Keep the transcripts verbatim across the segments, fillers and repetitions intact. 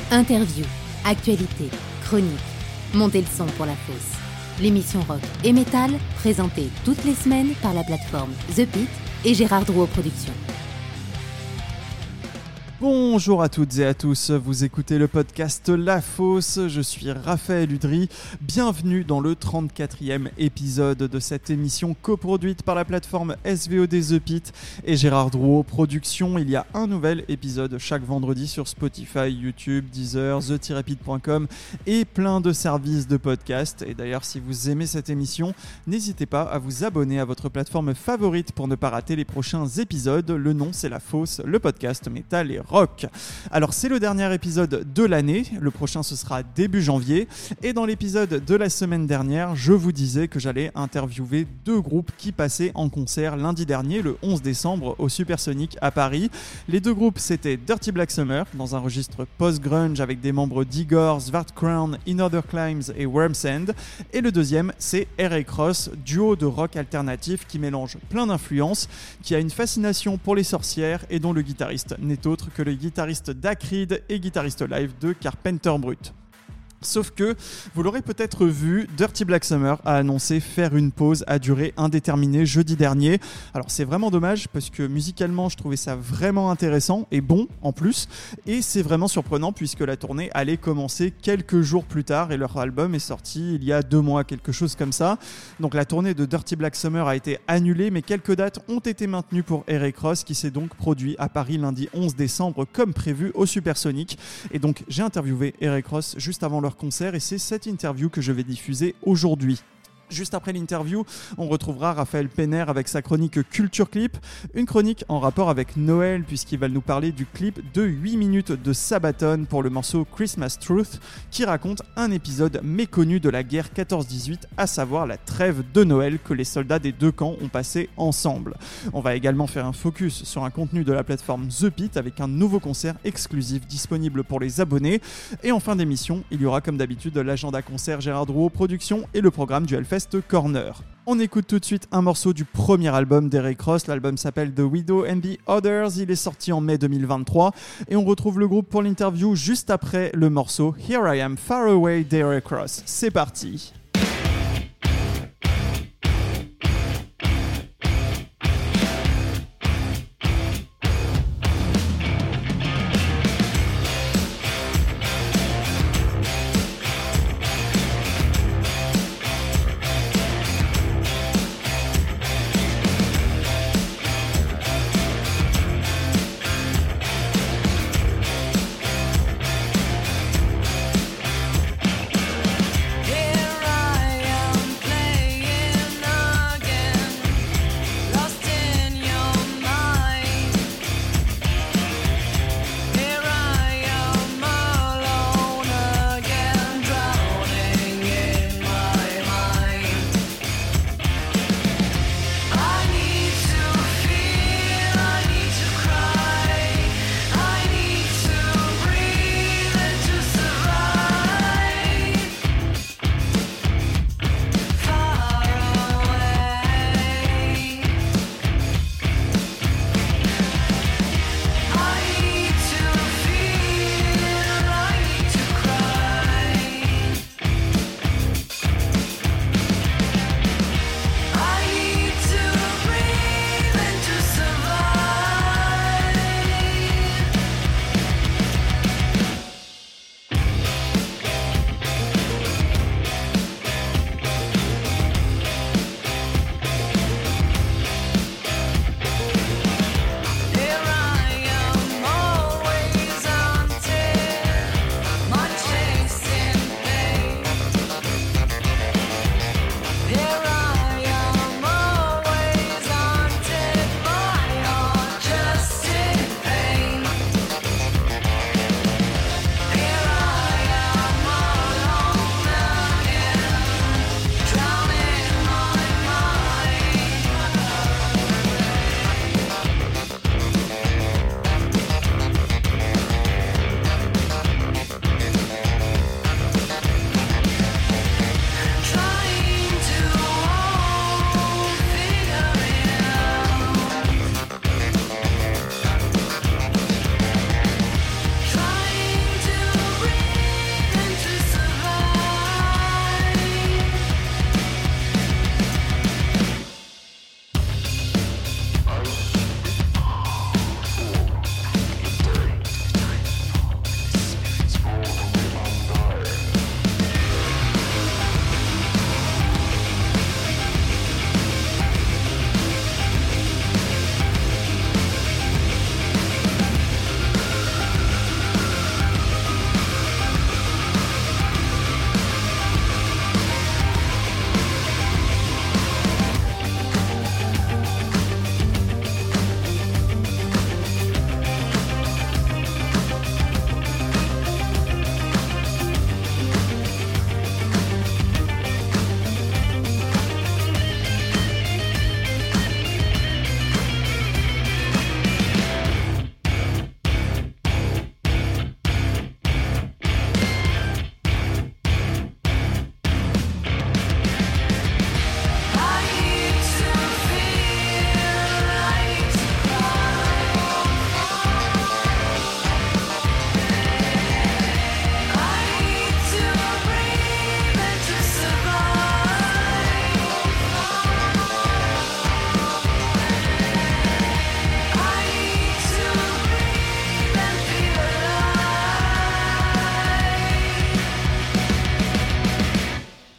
Interview, actualité, chronique. Montez le son pour la fosse. L'émission rock et métal, présentée toutes les semaines par la plateforme The Pit et Gérard Drouot Productions. Bonjour à toutes et à tous, vous écoutez le podcast La Fosse, je suis Raphaël Udry, bienvenue dans le trente-quatrième épisode de cette émission coproduite par la plateforme S V O D The Pit et Gérard Drouot Productions. Il y a un nouvel épisode chaque vendredi sur Spotify, YouTube, Deezer, the tiret pit point com et plein de services de podcast. Et d'ailleurs, si vous aimez cette émission, n'hésitez pas à vous abonner à votre plateforme favorite pour ne pas rater les prochains épisodes. Le nom, c'est La Fosse, le podcast métal et rock. Alors c'est le dernier épisode de l'année, le prochain ce sera début janvier et dans l'épisode de la semaine dernière je vous disais que j'allais interviewer deux groupes qui passaient en concert lundi dernier le onze décembre au Supersonic à Paris. Les deux groupes c'était Dirty Black Summer dans un registre post-grunge avec des membres d'Igor, Svartkrone, In Other Climes et Worm's End, et le deuxième c'est Heracross, duo de rock alternatif qui mélange plein d'influences, qui a une fascination pour les sorcières et dont le guitariste n'est autre que le guitariste d'Acrid et guitariste live de Carpenter Brut. Sauf que, vous l'aurez peut-être vu, Dirty Black Summer a annoncé faire une pause à durée indéterminée jeudi dernier. Alors c'est vraiment dommage parce que musicalement je trouvais ça vraiment intéressant et bon en plus. Et c'est vraiment surprenant puisque la tournée allait commencer quelques jours plus tard et leur album est sorti il y a deux mois, quelque chose comme ça. Donc la tournée de Dirty Black Summer a été annulée mais quelques dates ont été maintenues pour Heracross qui s'est donc produit à Paris lundi onze décembre comme prévu au Supersonic. Et donc j'ai interviewé Heracross juste avant leur concert et c'est cette interview que je vais diffuser aujourd'hui. Juste après l'interview, on retrouvera Raphaël Penner avec sa chronique Culture Clip, une chronique en rapport avec Noël puisqu'il va nous parler du clip de huit minutes de Sabaton pour le morceau Christmas Truth qui raconte un épisode méconnu de la guerre quatorze dix-huit, à savoir la trêve de Noël que les soldats des deux camps ont passé ensemble. On va également faire un focus sur un contenu de la plateforme The Pit avec un nouveau concert exclusif disponible pour les abonnés. Et en fin d'émission, il y aura comme d'habitude l'agenda concert Gérard Drouot Productions et le programme du Hellfest Corner. On écoute tout de suite un morceau du premier album d'Heracross. L'album s'appelle The Widow and the Others. Il est sorti en mai deux mille vingt-trois et on retrouve le groupe pour l'interview juste après le morceau Here I Am Far Away d'Heracross. C'est parti. Here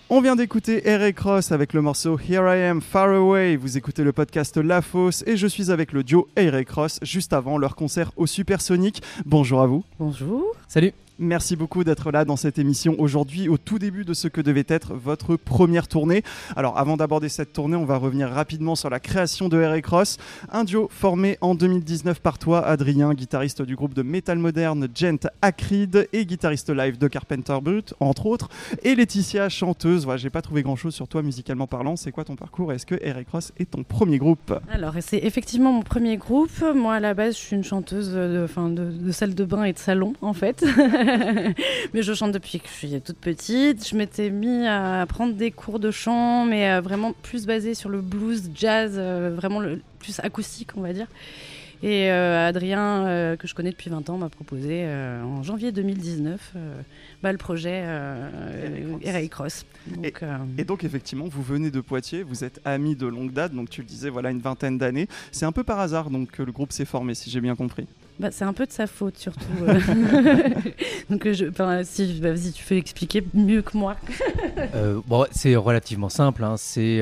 On vient d'écouter Eric Ross avec le morceau Here I Am Far Away. Vous écoutez le podcast La Fosse et je suis avec le duo Eric Ross juste avant leur concert au Supersonic. Bonjour à vous. Bonjour. Salut. Merci beaucoup d'être là dans cette émission aujourd'hui, au tout début de ce que devait être votre première tournée. Alors avant d'aborder cette tournée, on va revenir rapidement sur la création de Eric Ross, un duo formé en deux mille dix-neuf par toi, Adrien, guitariste du groupe de métal moderne Gent Acrid et guitariste live de Carpenter Brut, entre autres, et Laetitia, chanteuse. Voilà, j'ai pas trouvé grand-chose sur toi musicalement parlant. C'est quoi ton parcours? Est-ce que Eric Ross est ton premier groupe? Alors, c'est effectivement mon premier groupe. Moi, à la base, je suis une chanteuse de, enfin, de, de salle de bain et de salon, en fait. Mais je chante depuis que je suis toute petite. Je m'étais mis à prendre des cours de chant, mais euh, vraiment plus basé sur le blues, jazz, euh, vraiment le plus acoustique, on va dire. Et euh, Adrien, euh, que je connais depuis vingt ans, m'a proposé euh, en janvier deux mille dix-neuf euh, bah, le projet euh, Eric Ross. Donc, et, euh... et donc effectivement, vous venez de Poitiers, vous êtes amis de longue date, donc tu le disais, voilà, une vingtaine d'années. C'est un peu par hasard donc, que le groupe s'est formé, si j'ai bien compris. Bah, c'est un peu de sa faute surtout. Donc je, si, bah, vas-y, tu peux l'expliquer mieux que moi. euh, bon, c'est relativement simple. Hein. C'est,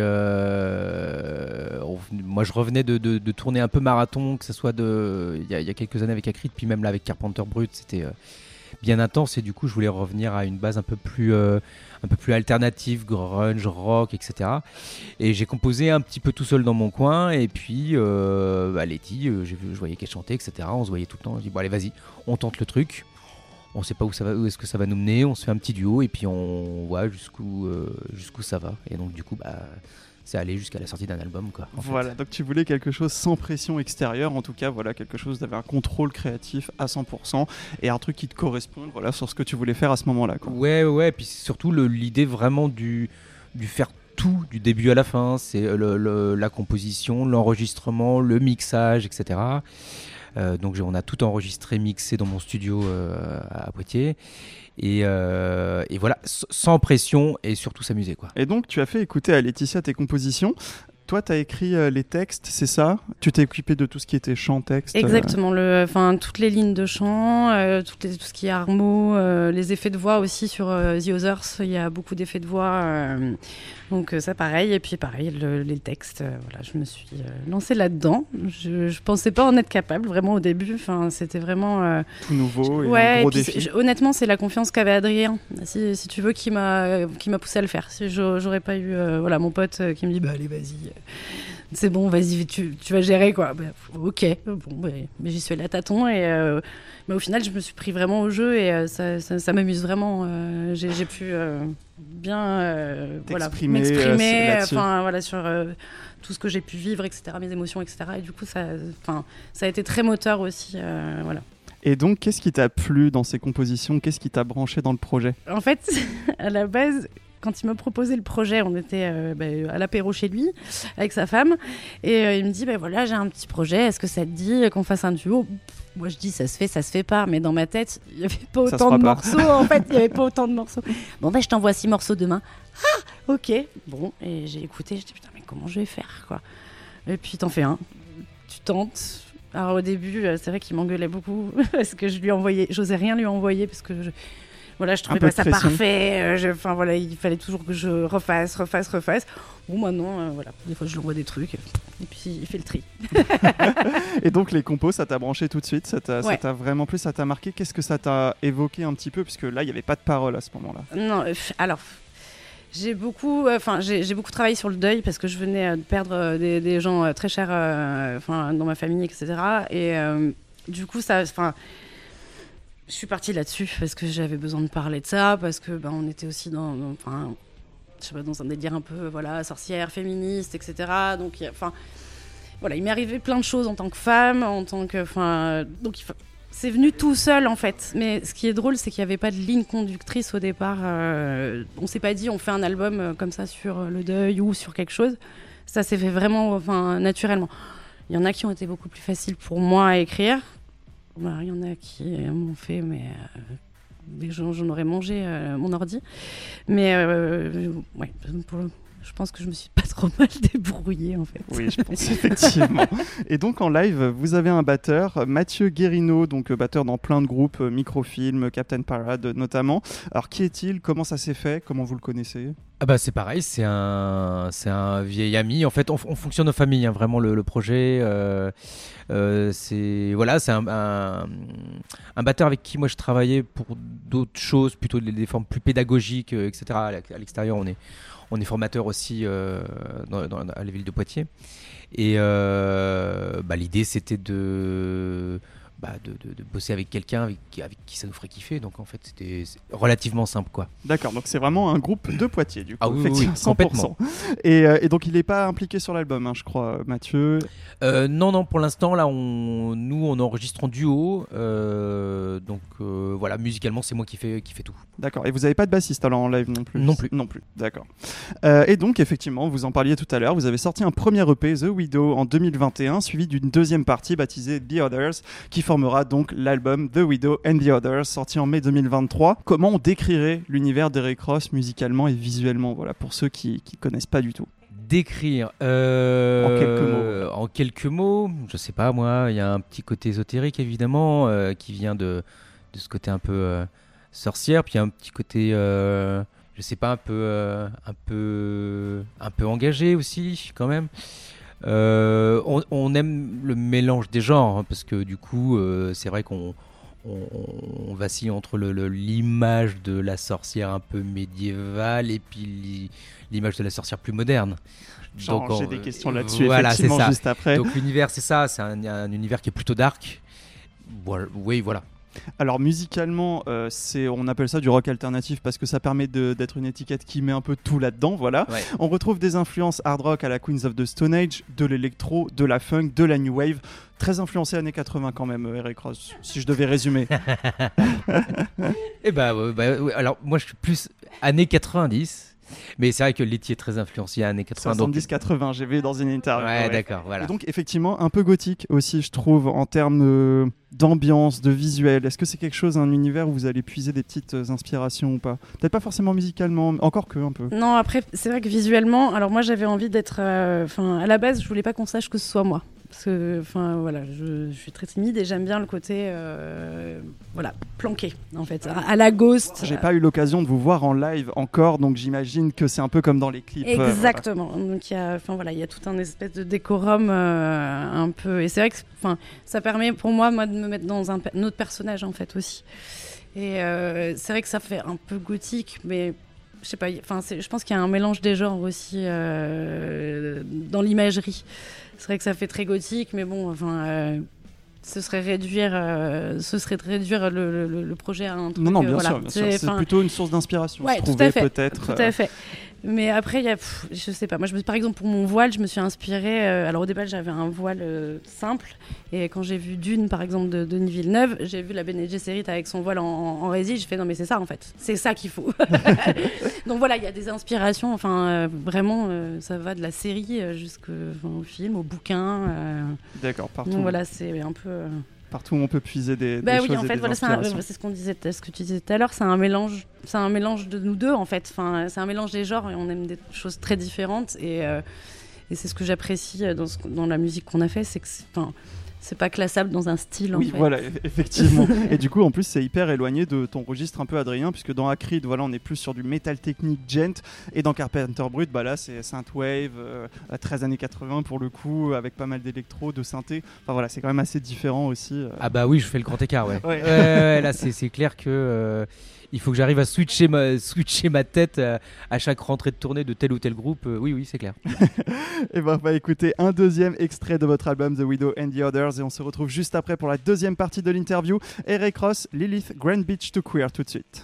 euh, on, moi, je revenais de, de, de tourner un peu marathon, que ce soit de, il y, y a quelques années avec Acrid, puis même là avec Carpenter Brut, c'était euh, bien intense. Et du coup, je voulais revenir à une base un peu plus, euh, un peu plus alternative, grunge, rock, et cetera. Et j'ai composé un petit peu tout seul dans mon coin. Et puis, euh, bah, Letty, euh, je voyais qu'elle chantait, et cetera. On se voyait tout le temps. Je dis bon, allez, vas-y, on tente le truc. On ne sait pas où ça va, où est-ce que ça va nous mener. On se fait un petit duo et puis on voit jusqu'où, euh, jusqu'où ça va. Et donc, du coup, bah, c'est allé jusqu'à la sortie d'un album, quoi. Voilà, fait. Donc tu voulais quelque chose sans pression extérieure, en tout cas, voilà, quelque chose d'avoir un contrôle créatif à cent pour cent et un truc qui te corresponde, voilà, sur ce que tu voulais faire à ce moment-là, quoi. Ouais, ouais, et puis surtout le, l'idée vraiment du, du faire tout du début à la fin, c'est le, le, la composition, l'enregistrement, le mixage, et cetera. Euh, donc on a tout enregistré, mixé dans mon studio euh, à Poitiers. Et, euh, et voilà, sans pression et surtout s'amuser, quoi. Et donc tu as fait écouter à Laetitia tes compositions. Toi, tu as écrit euh, les textes, c'est ça? Tu t'es occupé de tout ce qui était chant, texte? Exactement, le, toutes les lignes de chant, euh, tout, les, tout ce qui est armo, euh, les effets de voix aussi sur euh, The Others, il y a beaucoup d'effets de voix. Euh, donc euh, ça, pareil. Et puis pareil, le, les textes, euh, voilà, je me suis euh, lancée là-dedans. Je ne pensais pas en être capable, vraiment, au début. Enfin, c'était vraiment... Euh, tout nouveau et ouais, un gros et puis, défi. Je, honnêtement, c'est la confiance qu'avait Adrien, si, si tu veux, qui m'a, qui m'a poussé à le faire. Si j'aurais pas eu euh, voilà, mon pote euh, qui me dit bah, « allez, vas-y ». C'est bon, vas-y, tu, tu vas gérer, quoi. Bah, ok, bon, bah, mais j'y suis allée à tâtons et euh, mais au final, je me suis pris vraiment au jeu et euh, ça, ça, ça m'amuse vraiment. Euh, j'ai, j'ai pu euh, bien euh, voilà, m'exprimer, enfin voilà, sur euh, tout ce que j'ai pu vivre, et cetera, mes émotions, et cetera. Et du coup, ça, enfin, ça a été très moteur aussi, euh, voilà. Et donc, qu'est-ce qui t'a plu dans ces compositions? Qu'est-ce qui t'a branché dans le projet? En fait, à la base, quand il m'a proposé le projet, on était euh, bah, à l'apéro chez lui avec sa femme et euh, il me dit bah, voilà, j'ai un petit projet, est-ce que ça te dit qu'on fasse un duo? Moi je dis ça se fait, ça se fait pas, mais dans ma tête il n'y avait pas autant de pas. morceaux en fait, il n'y avait pas autant de morceaux. Bon bah je t'envoie six morceaux demain. Ah ok, bon, et j'ai écouté, je dis putain mais comment je vais faire, quoi. Et puis t'en fais un, tu tentes. Alors au début c'est vrai qu'il m'engueulait beaucoup parce que je lui envoyais, j'osais rien lui envoyer parce que je Voilà, je trouvais pas ça pression. parfait. Enfin, voilà, il fallait toujours que je refasse, refasse, refasse. Bon, maintenant, euh, voilà, des fois, je lui envoie des trucs et puis il fait le tri. Et donc, les compos, ça t'a branché tout de suite? Ça t'a, ouais. ça t'a vraiment plu? Ça t'a marqué? Qu'est-ce que ça t'a évoqué un petit peu? Puisque là, il n'y avait pas de parole à ce moment-là. Non, euh, alors... J'ai beaucoup, enfin, euh, j'ai, j'ai beaucoup travaillé sur le deuil parce que je venais de perdre euh, des, des gens euh, très chers euh, dans ma famille, et cetera. Et euh, du coup, ça... Je suis partie là-dessus parce que j'avais besoin de parler de ça, parce que ben, on était aussi dans, dans, enfin, je sais pas, dans un délire un peu voilà, sorcière, féministe, et cetera. Donc, enfin, voilà, il m'est arrivé plein de choses en tant que femme, en tant que, enfin, donc il faut... c'est venu tout seul en fait. Mais ce qui est drôle, c'est qu'il n'y avait pas de ligne conductrice au départ. Euh, on s'est pas dit on fait un album euh, comme ça sur le deuil ou sur quelque chose. Ça s'est fait vraiment, enfin, naturellement. Il y en a qui ont été beaucoup plus faciles pour moi à écrire. Il y en a qui m'ont fait, mais euh, j'en, j'en aurais mangé euh, mon ordi. Mais euh, ouais, pour le, je pense que je me suis pas trop mal débrouillée en fait. Oui, je pense effectivement. Et donc en live, vous avez un batteur, Mathieu Guérino, donc batteur dans plein de groupes, Microfilm, Captain Parade notamment. Alors qui est-il? Comment ça s'est fait? Comment vous le connaissez? Ah bah c'est pareil, c'est un, c'est un vieil ami. En fait, on, on fonctionne en famille, hein, vraiment le, le projet. Euh, euh, c'est voilà, c'est un, un, un batteur avec qui moi je travaillais pour d'autres choses, plutôt des, des formes plus pédagogiques, euh, et cetera. À l'extérieur, on est, on est formateur aussi euh, dans, dans, à la ville de Poitiers. Et euh, bah, l'idée c'était de Bah, de, de, de bosser avec quelqu'un avec, avec qui ça nous ferait kiffer, donc en fait c'était relativement simple quoi. D'accord, donc c'est vraiment un groupe de Poitiers du coup. Ah oui, oui, oui, cent pour cent. Et, euh, et donc il n'est pas impliqué sur l'album, hein, je crois, Mathieu. Euh, non, non, pour l'instant là, on, nous on enregistre en duo, euh, donc euh, voilà, musicalement c'est moi qui fais, qui fais tout. D'accord, et vous n'avez pas de bassiste alors en live non plus? Non plus. Non plus, d'accord. Euh, et donc effectivement, vous en parliez tout à l'heure, vous avez sorti un premier E P, The Widow, en deux mille vingt et un, suivi d'une deuxième partie baptisée The Others, qui formera donc l'album The Widow and the Others, sorti en mai deux mille vingt-trois. Comment on décrirait l'univers d'Eric Rosse musicalement et visuellement, voilà, pour ceux qui ne connaissent pas du tout? Décrire euh, en quelques mots. En quelques mots, je sais pas moi, il y a un petit côté ésotérique évidemment euh, qui vient de, de ce côté un peu euh, sorcière, puis il y a un petit côté euh, je sais pas un peu euh, un peu un peu engagé aussi quand même. Euh, on, on aime le mélange des genres hein, parce que du coup euh, c'est vrai qu'on on, on vacille entre le, le, l'image de la sorcière un peu médiévale et puis l'image de la sorcière plus moderne. Genre, Donc, j'ai on, des questions là-dessus voilà, effectivement c'est ça. Juste après. Donc l'univers c'est ça, c'est un, un univers qui est plutôt dark. Voilà, oui voilà. Alors musicalement, euh, c'est, on appelle ça du rock alternatif parce que ça permet de, d'être une étiquette qui met un peu tout là-dedans, voilà. Ouais. On retrouve des influences hard rock à la Queens of the Stone Age, de l'électro, de la funk, de la new wave, très influencé années quatre-vingts quand même, Eric Rosse, si je devais résumer. Eh ben, euh, bah, ouais, alors moi je suis plus années quatre-vingt-dix. Mais c'est vrai que Letty est très influencé à années quatre-vingts. soixante-dix quatre-vingts, j'ai vu dans une interview. Ouais, ouais. d'accord, voilà. Et donc effectivement un peu gothique aussi, je trouve, en termes euh, d'ambiance, de visuel. Est-ce que c'est quelque chose, un univers où vous allez puiser des petites euh, inspirations ou pas? Peut-être pas forcément musicalement, encore que un peu. Non, après, c'est vrai que visuellement, alors moi j'avais envie d'être. Enfin, euh, à la base, je voulais pas qu'on sache que ce soit moi. Parce que, enfin, voilà, je, je suis très timide et j'aime bien le côté, euh, voilà, planqué, en fait, à, à la Ghost. J'ai pas eu l'occasion de vous voir en live encore, donc j'imagine que c'est un peu comme dans les clips. Exactement. Euh, voilà. Donc il y a, enfin voilà, il y a tout un espèce de décorum euh, un peu, et c'est vrai que, enfin, ça permet pour moi, moi, de me mettre dans un, un autre personnage en fait aussi. Et euh, c'est vrai que ça fait un peu gothique, mais je sais pas. Enfin, je pense qu'il y a un mélange des genres aussi euh, dans l'imagerie. C'est vrai que ça fait très gothique, mais bon, enfin, euh, ce serait réduire, euh, ce serait réduire le, le, le projet à un truc. Non, non, bien euh, voilà. sûr, bien c'est, sûr. C'est plutôt une source d'inspiration. Ouais, je tout trouvais, à fait. Peut-être. Tout à fait. Mais après, il y a, pff, je sais pas. Moi, je me, par exemple, pour mon voile, je me suis inspirée. Euh, alors au départ, j'avais un voile euh, simple, et quand j'ai vu Dune, par exemple, de Denis Villeneuve, j'ai vu la Bene Gesserit avec son voile en, en résine. Je fais non, mais c'est ça en fait. C'est ça qu'il faut. Donc voilà, il y a des inspirations. Enfin, euh, vraiment, euh, ça va de la série jusqu'au enfin, film, au bouquin. Euh, D'accord, partout. Donc voilà, c'est un peu. Euh... Partout où on peut puiser des, bah des oui, choses en fait, et des voilà, c'est, un, c'est ce qu'on disait, ce que tu disais tout à l'heure, c'est un mélange, c'est un mélange de nous deux en fait. Enfin, c'est un mélange des genres et on aime des choses très différentes et, euh, et c'est ce que j'apprécie dans, ce, dans la musique qu'on a fait, c'est que c'est, enfin, c'est pas classable dans un style. Oui, en fait. voilà, effectivement. Et du coup, en plus, c'est hyper éloigné de ton registre un peu Adrien, puisque dans Acrid, voilà, on est plus sur du métal technique gent, et dans Carpenter Brut, bah là, c'est synthwave, euh, treize années quatre-vingts pour le coup, avec pas mal d'électro, de synthé. Enfin voilà, c'est quand même assez différent aussi. Euh. Ah bah oui, je fais le grand écart, ouais. ouais. ouais, ouais là, c'est, c'est clair que euh, il faut que j'arrive à switcher ma, switcher ma tête à, à chaque rentrée de tournée de tel ou tel groupe. Euh, oui, oui, c'est clair. Et ben, on va écouter un deuxième extrait de votre album The Widow and the Others, et on se retrouve juste après pour la deuxième partie de l'interview. Eric Rosse, Lilith, Grand Beach to Queer, tout de suite.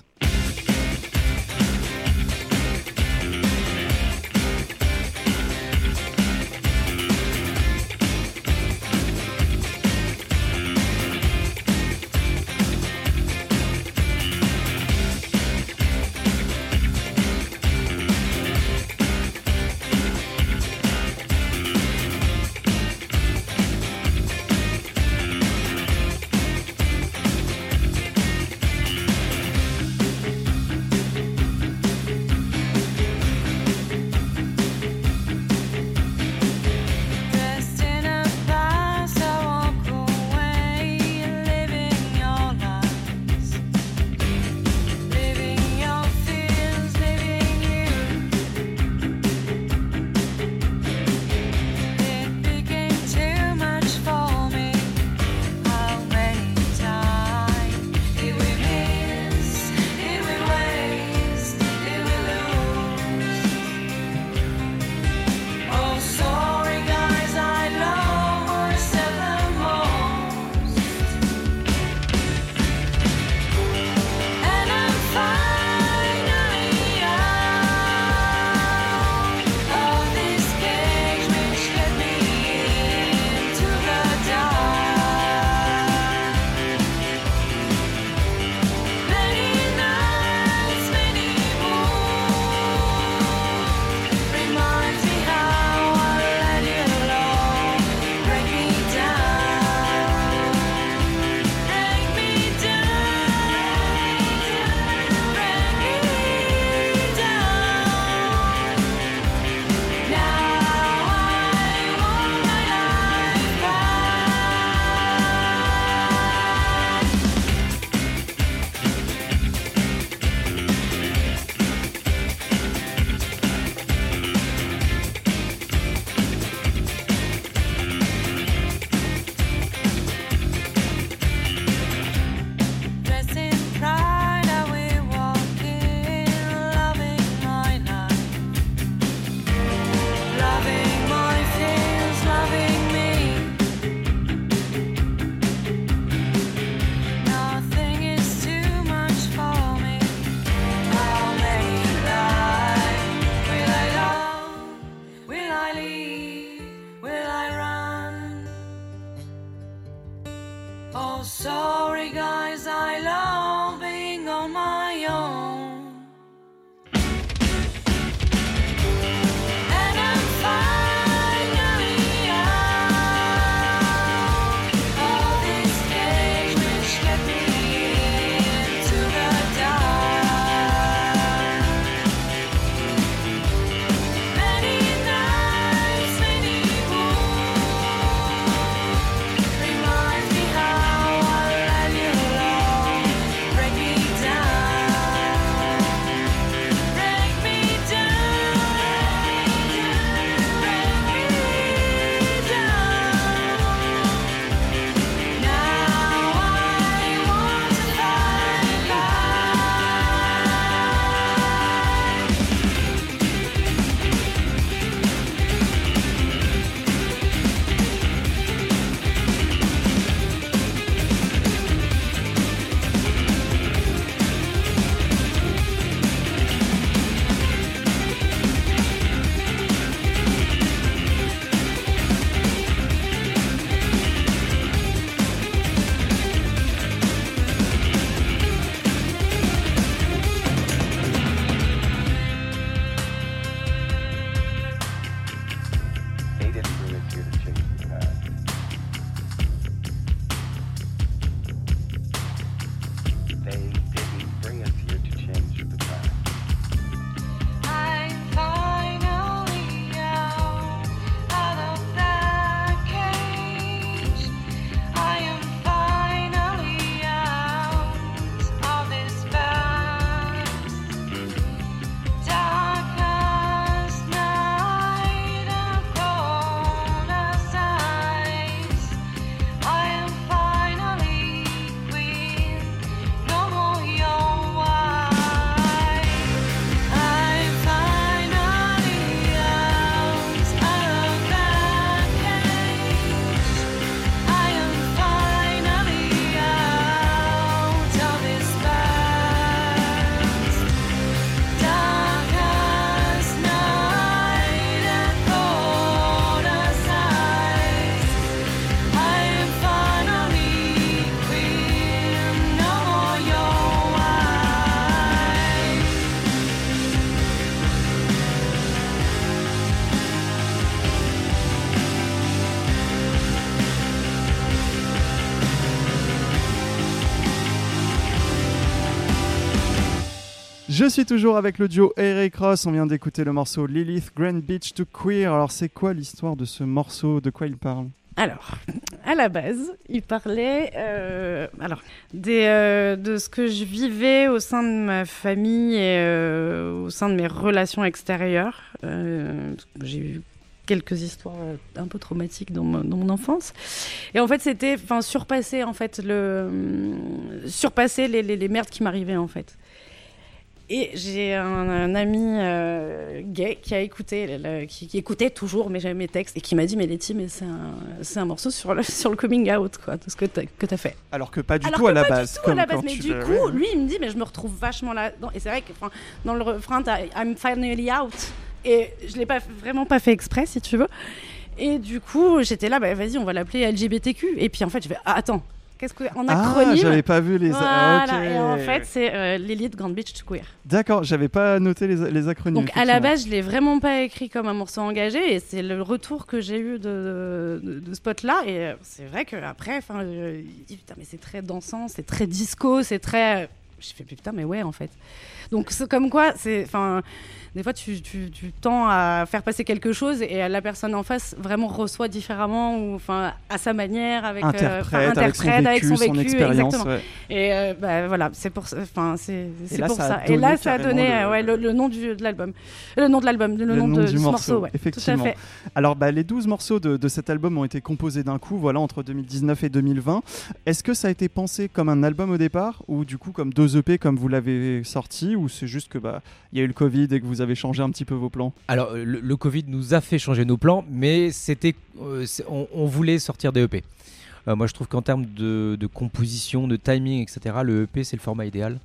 Je suis toujours avec le duo Eric Ross. On vient d'écouter le morceau Lilith Grand Beach to Queer. Alors, c'est quoi l'histoire de ce morceau? De quoi il parle? Alors, à la base, il parlait euh, alors, des, euh, de ce que je vivais au sein de ma famille et euh, au sein de mes relations extérieures. Euh, j'ai eu quelques histoires un peu traumatiques dans mon, dans mon enfance. Et en fait, c'était surpasser, en fait, le, surpasser les, les, les merdes qui m'arrivaient, en fait. Et j'ai un, un ami euh, gay qui a écouté, le, qui, qui écoutait toujours mes, mes textes et qui m'a dit mais Letty, mais c'est un, c'est un morceau sur le, sur le coming out, quoi, tout ce que t'as, que t'as fait. Alors que pas du Alors tout que à la pas base. Du tout à la base, mais du le... coup, lui, il me dit mais je me retrouve vachement là. Et c'est vrai que dans le refrain, t'as I'm finally out. Et je l'ai pas vraiment pas fait exprès, si tu veux. Et du coup, j'étais là, bah vas-y, on va l'appeler L G B T Q. Et puis en fait, je vais ah, attends. Qu'est-ce que en acronyme? Ah, j'avais pas vu les. Voilà, okay. Et en fait, c'est euh, Lilith Grand Beach to Queer. D'accord, j'avais pas noté les, les acronymes. Donc à la base, je l'ai vraiment pas écrit comme un morceau engagé, et c'est le retour que j'ai eu de, de, de ce pote-là. Et c'est vrai qu'après, enfin, je dis putain, mais c'est très dansant, c'est très disco, c'est très. Je fais putain, mais ouais, en fait. Donc c'est comme quoi, c'est, enfin, des fois tu, tu, tu tends à faire passer quelque chose et la personne en face vraiment reçoit différemment ou enfin à sa manière, avec interprète, euh, interprète avec son vécu, avec son, vécu, son expérience. Exactement. Ouais. Et euh, bah, voilà, c'est pour, enfin c'est, c'est là, pour ça. ça. Et là, ça a donné le... ouais, le, le nom du, de l'album, le nom de l'album, le, le nom, nom de, du morceau, morceau ouais, effectivement. Tout à fait. Alors bah, les douze morceaux de, de cet album ont été composés d'un coup, voilà, entre deux mille dix-neuf et deux mille vingt. Est-ce que ça a été pensé comme un album au départ ou du coup comme deux E P comme vous l'avez sorti, ou c'est juste que bah il y a eu le Covid et que vous avez changé un petit peu vos plans? Alors le, le Covid nous a fait changer nos plans, mais c'était euh, on, on voulait sortir des E P. Euh, moi je trouve qu'en termes de, de composition, de timing, et cetera, le E P c'est le format idéal.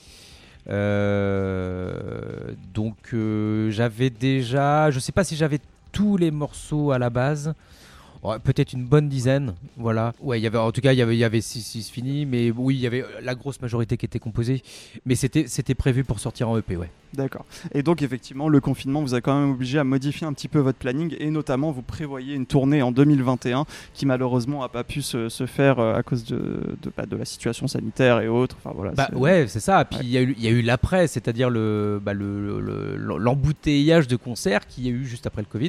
Euh, donc euh, j'avais déjà, je sais pas si j'avais tous les morceaux à la base. Ouais, peut-être une bonne dizaine, voilà. Ouais, il y avait, en tout cas, il y avait, il y avait six, six finis, mais oui, il y avait la grosse majorité qui était composée, mais c'était, c'était prévu pour sortir en E P, ouais. D'accord. Et donc, effectivement, le confinement vous a quand même obligé à modifier un petit peu votre planning, et notamment, vous prévoyez une tournée en deux mille vingt et un qui, malheureusement, n'a pas pu se, se faire à cause de, de, bah, de la situation sanitaire et autres. Enfin, voilà, bah, c'est... ouais, c'est ça. Puis, il ouais. y a eu, il y a eu l'après, c'est-à-dire le, bah, le, le, le, l'embouteillage de concerts qu'il y a eu juste après le Covid.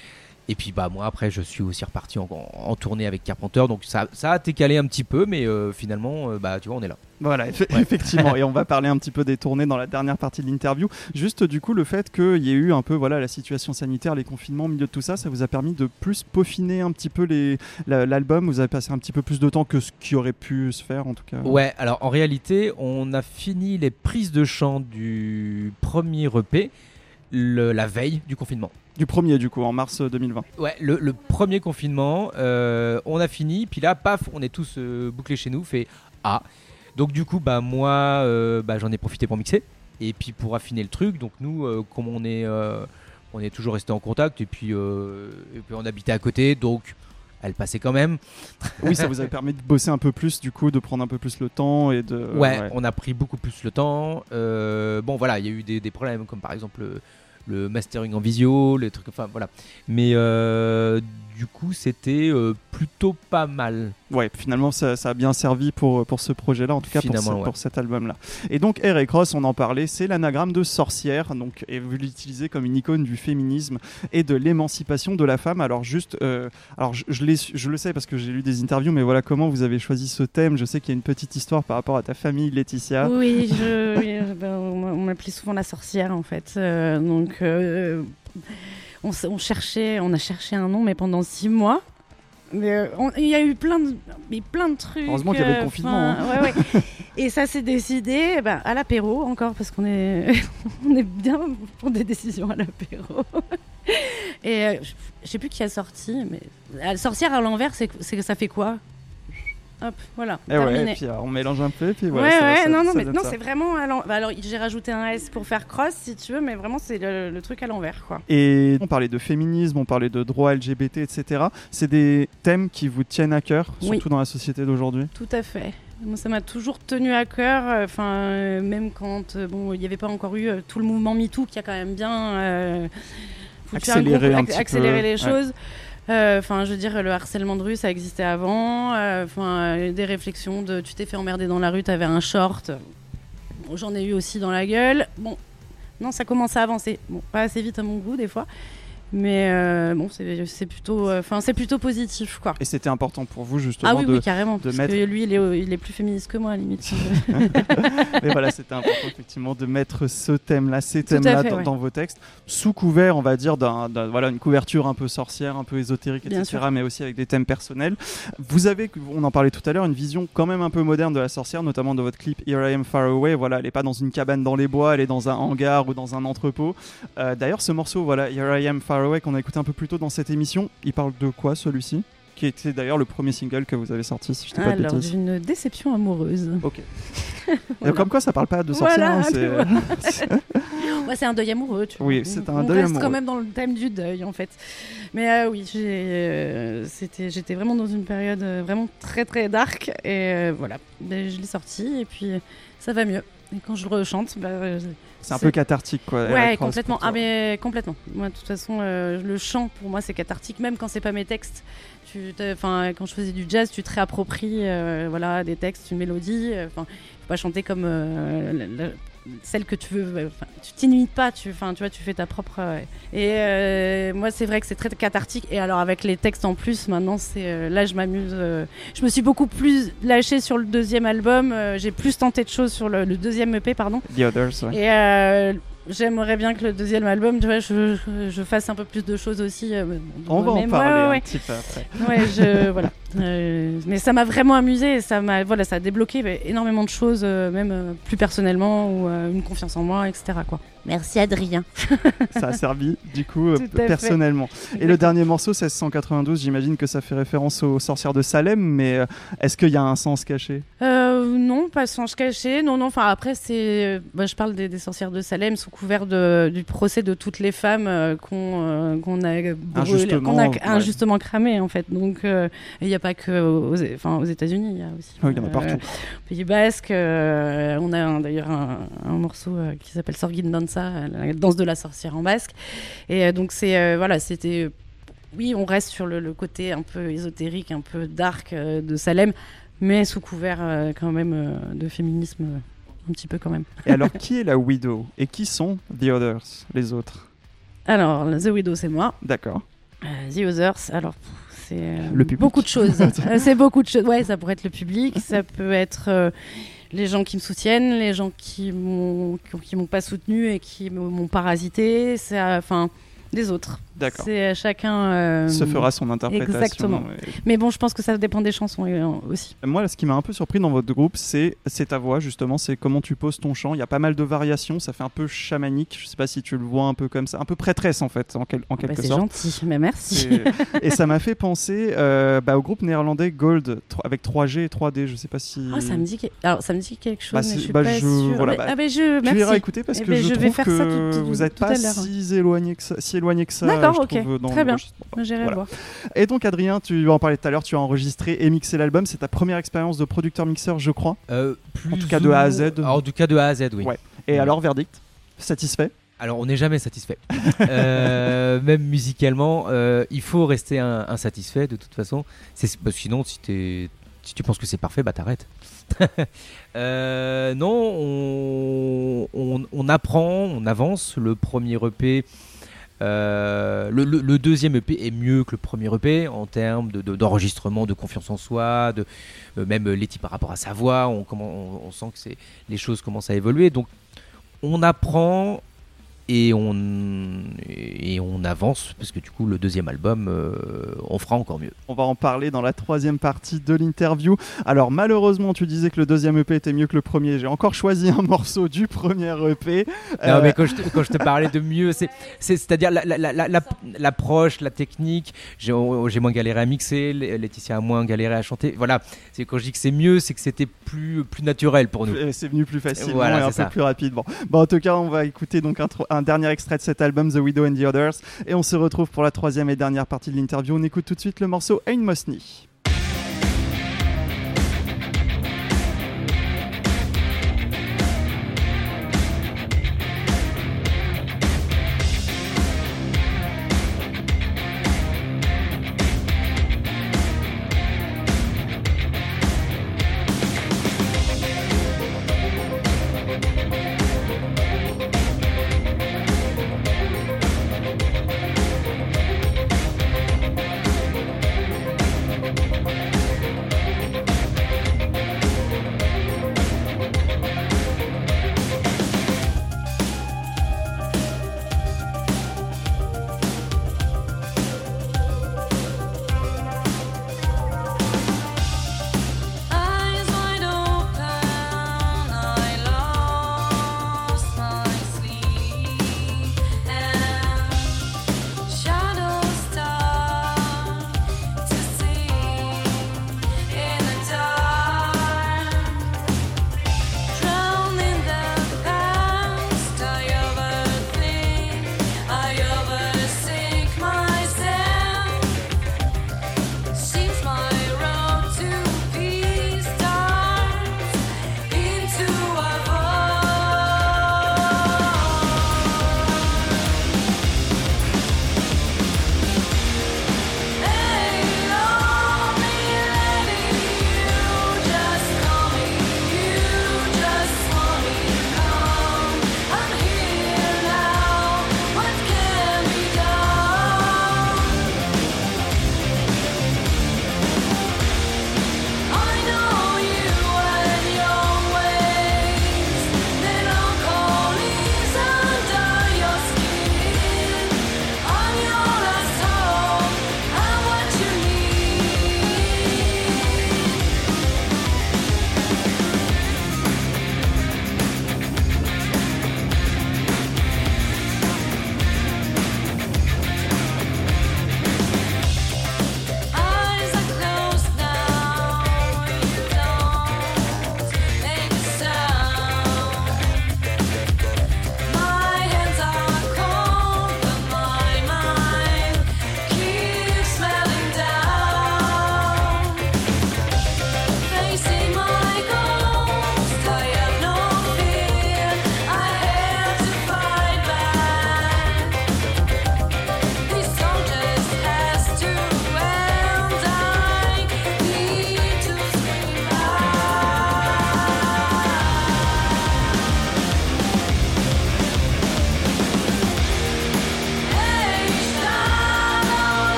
Et puis bah moi après je suis aussi reparti en, en, en tournée avec Carpenter, donc ça, ça a décalé un petit peu, mais euh, finalement euh, bah tu vois on est là. Voilà, eff- ouais. effectivement, et on va parler un petit peu des tournées dans la dernière partie de l'interview. Juste du coup le fait qu'il y ait eu un peu voilà la situation sanitaire, les confinements au milieu de tout ça, ça vous a permis de plus peaufiner un petit peu les, la, l'album. Vous avez passé un petit peu plus de temps que ce qui aurait pu se faire en tout cas. Ouais, alors en réalité on a fini les prises de chant du premier E P le, la veille du confinement. Du premier du coup, en mars deux mille vingt. Ouais, le, le premier confinement, euh, on a fini, puis là, paf, on est tous euh, bouclés chez nous, fait ah. Donc du coup, bah moi, euh, bah, j'en ai profité pour mixer, et puis pour affiner le truc. Donc nous, euh, comme on est, euh, on est toujours resté en contact, et puis, euh, et puis on habitait à côté, donc elle passait quand même. Oui, ça vous a permis de bosser un peu plus, du coup, de prendre un peu plus le temps et de. Ouais, ouais. on a pris beaucoup plus le temps. Euh, bon, voilà, il y a eu des, des problèmes, comme par exemple. Le, le mastering en visio, les trucs, enfin voilà. Mais euh, du coup, c'était euh, plutôt pas mal. Ouais, finalement, ça, ça a bien servi pour, pour ce projet-là, en tout cas pour, ce, ouais. pour cet album-là. Et donc, Eric Ross, on en parlait, c'est l'anagramme de sorcière, donc, et vous l'utilisez comme une icône du féminisme et de l'émancipation de la femme. Alors, juste, euh, alors je, je, l'ai, je le sais parce que j'ai lu des interviews, mais voilà, comment vous avez choisi ce thème? Je sais qu'il y a une petite histoire par rapport à ta famille, Laetitia. Oui, je, oui ben, on m'appelait souvent la sorcière, en fait. Euh, donc, euh, on, on, cherchait, on a cherché un nom, mais pendant six mois. Mais il y a eu plein de, mais plein de trucs. Heureusement qu'il y avait le confinement. Hein. Ouais, ouais. Et ça s'est décidé ben, à l'apéro encore, parce qu'on est, on est bien pour des décisions à l'apéro. Et euh, je sais plus qui a sorti, mais la sorcière à l'envers, c'est, c'est, ça fait quoi? Hop, voilà. Et ouais, et puis euh, on mélange un peu, et puis voilà. Ouais, ça, ouais, ça, non, ça, non, ça mais non, ça. c'est vraiment. À l'en... bah, alors, j'ai rajouté un S pour faire cross, si tu veux, mais vraiment, c'est le, le truc à l'envers, quoi. Et on parlait de féminisme, on parlait de droits L G B T, et cetera. C'est des thèmes qui vous tiennent à cœur, surtout oui. dans la société d'aujourd'hui. Tout à fait. Moi, ça m'a toujours tenu à cœur, enfin, euh, même quand euh, bon, il n'y avait pas encore eu euh, tout le mouvement MeToo qui a quand même bien euh, accéléré, un, un petit accéléré peu. les Ouais. choses. Enfin, euh, je veux dire, le harcèlement de rue, ça existait avant. Enfin, euh, des réflexions de tu t'es fait emmerder dans la rue, t'avais un short. j'en ai eu aussi dans la gueule. Bon, non, ça commence à avancer. Bon, pas assez vite à mon goût des fois. Mais euh, bon, c'est, c'est plutôt, enfin, euh, c'est plutôt positif, quoi. Et c'était important pour vous justement ah oui, de, oui, carrément, de parce mettre. Que lui, il est, il est plus féministe que moi, à la limite. Mais voilà, c'était important effectivement de mettre ce thème-là, ces Tout à thèmes-là fait, dans, ouais. dans vos textes, sous couvert, on va dire, d'un, d'un, voilà, une couverture un peu sorcière, un peu ésotérique, Bien et cetera, sûr. mais aussi avec des thèmes personnels. Vous avez, on en parlait tout à l'heure, une vision quand même un peu moderne de la sorcière, notamment dans votre clip Here I Am Far Away. Voilà, elle n'est pas dans une cabane dans les bois, elle est dans un hangar ou dans un entrepôt. Euh, d'ailleurs, ce morceau, voilà, Here I Am Far Away, qu'on a écouté un peu plus tôt dans cette émission, il parle de quoi celui-ci ? Qui était d'ailleurs le premier single que vous avez sorti, si je ne dis pas de Alors, bêtises. d'une déception amoureuse. Ok. Voilà. Comme quoi, ça parle pas de sorcière. Voilà, hein, c'est... voilà. Ouais, c'est un deuil amoureux, tu vois. Oui, c'est un on deuil reste amoureux. quand même dans le thème du deuil, en fait. Mais euh, oui, j'ai, euh, c'était, j'étais vraiment dans une période euh, vraiment très très dark. Et euh, voilà, ben, je l'ai sorti et puis euh, ça va mieux. Et quand je le rechante, bah, euh, C'est un peu cathartique, quoi. Ouais, Eric Ross, complètement. pour toi. Ah, mais complètement. Moi, de toute façon, euh, le chant, pour moi, c'est cathartique, même quand c'est pas mes textes. Tu, enfin, quand je faisais du jazz, tu te réappropries, euh, voilà, des textes, une mélodie. Enfin, faut pas chanter comme euh, la, la, celle que tu veux. Enfin, tu t'imites pas. Tu, enfin, tu vois, tu fais ta propre. Euh, et euh, moi, c'est vrai que c'est très cathartique. Et alors, avec les textes en plus, maintenant, c'est euh, là, je m'amuse. Euh, je me suis beaucoup plus lâchée sur le deuxième album. Euh, j'ai plus tenté de choses sur le, le deuxième E P, pardon. The Others, ouais. Et euh, j'aimerais bien que le deuxième album, tu vois, je, je, je fasse un peu plus de choses aussi. Euh, On va en même. parler Ouais, un ouais. petit peu après. Ouais, je, voilà. Euh, mais ça m'a vraiment amusé et ça m'a, voilà, ça a débloqué bah, énormément de choses, euh, même euh, plus personnellement ou euh, une confiance en moi, et cetera. Quoi. Merci Adrien. Ça a servi, du coup, euh, Tout à fait. personnellement. Et le dernier morceau, seize cent quatre-vingt-douze, j'imagine que ça fait référence aux sorcières de Salem, mais euh, est-ce qu'il y a un sens caché ? euh, Non, pas sans caché. Non, non. Enfin, après, c'est, bah, je parle des, des sorcières de Salem sous couvert de, du procès de toutes les femmes euh, qu'on, euh, qu'on a brûlé, Injustement, qu'on a ouais. injustement cramées, en fait. Donc, euh, il n'y a pas que aux, enfin, aux États-Unis, il y a aussi. Oui, il y en a partout. Au Pays Basque, euh, on a un, d'ailleurs un, un morceau euh, qui s'appelle Sorgin Dansa, la danse de la sorcière en basque. Et euh, donc c'est euh, voilà, c'était oui, on reste sur le, le côté un peu ésotérique, un peu dark euh, de Salem, mais sous couvert euh, quand même euh, de féminisme euh, un petit peu quand même. Et alors, qui est la Widow ? Et qui sont The Others, les autres ? Alors The Widow, c'est moi. D'accord. Euh, The Others, alors pff, c'est euh, Le public. beaucoup de choses. Euh, c'est beaucoup de choses. Ouais, ça pourrait être le public, ça peut être euh, les gens qui me soutiennent, les gens qui m'ont qui, qui m'ont pas soutenu et qui m'ont parasité, c'est enfin des autres. D'accord. C'est chacun euh, Se fera son interprétation. Exactement. Et- Mais bon, je pense que ça dépend des chansons euh, aussi. Moi, là, ce qui m'a un peu surpris dans votre groupe, c'est, c'est ta voix, justement, c'est comment tu poses ton chant. Il y a pas mal de variations, ça fait un peu chamanique. Je sais pas si tu le vois un peu comme ça, un peu prêtresse en fait, en, quel- en Bah, quelque c'est sorte. gentil, mais merci. C'est- Et ça m'a fait penser euh, bah, au groupe néerlandais Gold tro- avec trois G et trois D. Je sais pas si. Ah, ça me dit que... alors ça me dit quelque chose, Bah, mais c'est- je suis bah, pas je- sûre. voilà, Mais- bah, ah ben je Tu merci. iras écouter parce Eh que ben, je, je vais trouve faire que ça tout- tout- vous tout n'êtes à pas l'heure. si éloigné que ça, si éloigné que ça. D'accord, je ok. trouve, dans Très bien. l'enregistrement. J'irai Voilà. voir. Et donc Adrien, tu en parlais tout à l'heure, tu as enregistré et mixé l'album. C'est ta première expérience de producteur-mixeur, je crois. Euh, plus En tout cas, de A à Z. ou- En tout cas, de A à Z, oui. Ouais. Et Ouais. alors, verdict ? Satisfait ? Alors, on n'est jamais satisfait. Euh, même musicalement, euh, il faut rester un- insatisfait de toute façon. C'est, parce que sinon, si, t'es- si tu penses que c'est parfait, bah t'arrêtes. Euh, non, on, on- on apprend, on avance. Le premier E P, euh, le, le- le deuxième E P est mieux que le premier E P en termes de, de- d'enregistrement, de confiance en soi, de, euh, même Letty par rapport à sa voix. On, comment- on- on sent que c'est, les choses commencent à évoluer. Donc, on apprend et on, et on avance parce que du coup le deuxième album euh, on fera encore mieux. On va en parler dans la troisième partie de l'interview. Alors malheureusement, tu disais que le deuxième E P était mieux que le premier. J'ai encore choisi un morceau du premier E P. Non Euh, mais quand je, te, quand je te parlais de mieux, c'est, c'est, c'est-à-dire la, la, la, la, la- l'approche, la technique. J'ai, j'ai moins galéré à mixer, Laetitia a moins galéré à chanter. Voilà, c'est, quand je dis que c'est mieux, c'est que c'était plus, plus naturel pour nous. Et c'est venu plus facilement Voilà, et un c'est peu ça. plus rapidement. Bon, en tout cas, on va écouter donc un, tro- un dernier extrait de cet album, The Widow and the Others, et on se retrouve pour la troisième et dernière partie de l'interview. On écoute tout de suite le morceau Ein Mosny.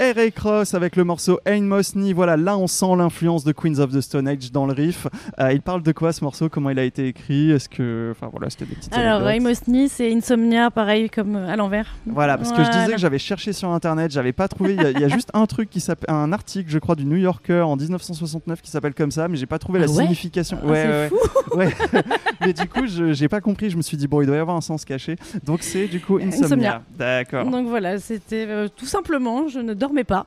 Eric Ross avec le morceau Ain't Mosney. Voilà, là on sent l'influence de Queens of the Stone Age dans le riff. Euh, il parle de quoi ce morceau? Comment il a été écrit? Est-ce que, enfin voilà, c'était des petites Alors, anecdotes. Ain't Mosney, c'est Insomnia, pareil comme à l'envers. Voilà, parce voilà. que je disais que j'avais cherché sur internet, j'avais pas trouvé. Il y, y a juste un truc qui s'appelle un article, je crois, du New Yorker en dix-neuf cent soixante-neuf qui s'appelle comme ça, mais j'ai pas trouvé Ah la ouais signification. Ah, ouais, c'est ouais, fou. ouais. Mais du coup, je, j'ai pas compris. Je me suis dit bon, il doit y avoir un sens caché. Donc c'est du coup Insomnia. Insomnia. D'accord. Donc voilà, c'était euh, tout simplement, je ne dormais pas.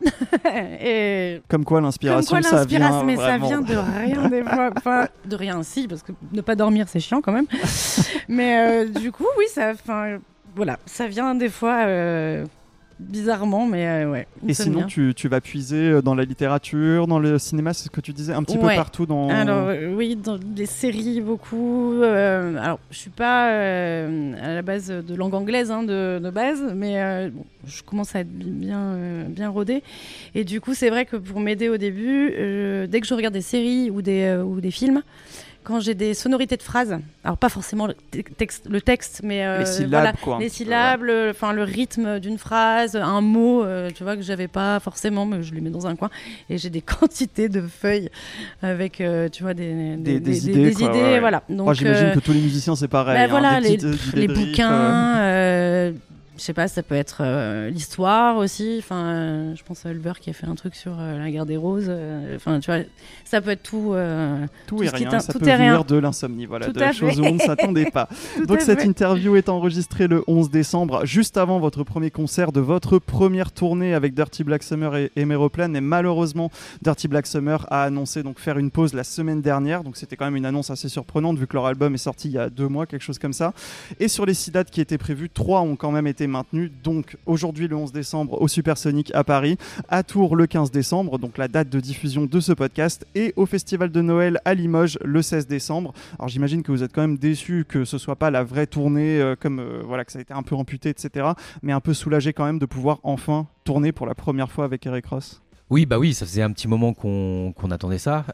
Et Comme quoi l'inspiration, Comme quoi, ça l'inspiration, vient mais vraiment. ça vient de rien des fois. Enfin, de rien, si, parce que ne pas dormir, c'est chiant quand même. Mais euh, du coup, oui, ça, enfin, voilà, ça vient des fois euh, bizarrement, mais euh, ouais. Et Insomnia. sinon, tu, tu vas puiser dans la littérature, dans le cinéma, c'est ce que tu disais, un petit Ouais. peu partout dans. Alors euh, oui, dans les séries beaucoup. euh, alors je suis pas euh, à la base de langue anglaise hein, de, de base, mais euh, bon, je commence à être bien euh, bien rodée. Et du coup, c'est vrai que pour m'aider au début, euh, dès que je regarde des séries ou des euh, ou des films, quand j'ai des sonorités de phrases, alors pas forcément le te- texte, le texte, mais euh, Les syllabes, voilà, quoi. un les petit peu, syllabes, le, enfin le rythme d'une phrase, un mot, euh, tu vois que j'avais pas forcément, mais je les mets dans un coin. Et j'ai des quantités de feuilles avec, euh, tu vois, des, Des- des idées, quoi, ouais, ouais. voilà. ouais. Donc, Moi, j'imagine euh, que tous les musiciens, c'est pareil. bah, hein, voilà, des les, petites, euh, pff, idées les de riff, bouquins. euh. euh, je sais pas, ça peut être euh, l'histoire aussi. Enfin, euh, je pense à Ulver qui a fait un truc sur euh, la guerre des roses. euh, Enfin, tu vois, ça peut être tout. euh, Tout, tout et ce qui rien, t'in- ça tout peut est venir rien. de l'insomnie, voilà, Tout de à choses fait. où on ne s'attendait pas. Tout Donc à cette fait. interview est enregistrée le onze décembre, juste avant votre premier concert de votre première tournée avec Dirty Black Summer et, et Méroplan. Et malheureusement, Dirty Black Summer a annoncé donc faire une pause la semaine dernière. Donc c'était quand même une annonce assez surprenante vu que leur album est sorti il y a deux mois, quelque chose comme ça. Et sur les six dates qui étaient prévues, trois ont quand même été maintenues. Donc aujourd'hui le onze décembre au Supersonic à Paris, à Tours le quinze décembre, donc la date de diffusion de ce podcast, et au Festival de Noël à Limoges le seize décembre. Alors j'imagine que vous êtes quand même déçus que ce soit pas la vraie tournée, euh, comme euh, voilà, que ça a été un peu amputé, et cetera. Mais un peu soulagé quand même de pouvoir enfin tourner pour la première fois avec Eric Ross. Oui, bah oui, ça faisait un petit moment qu'on qu'on attendait ça.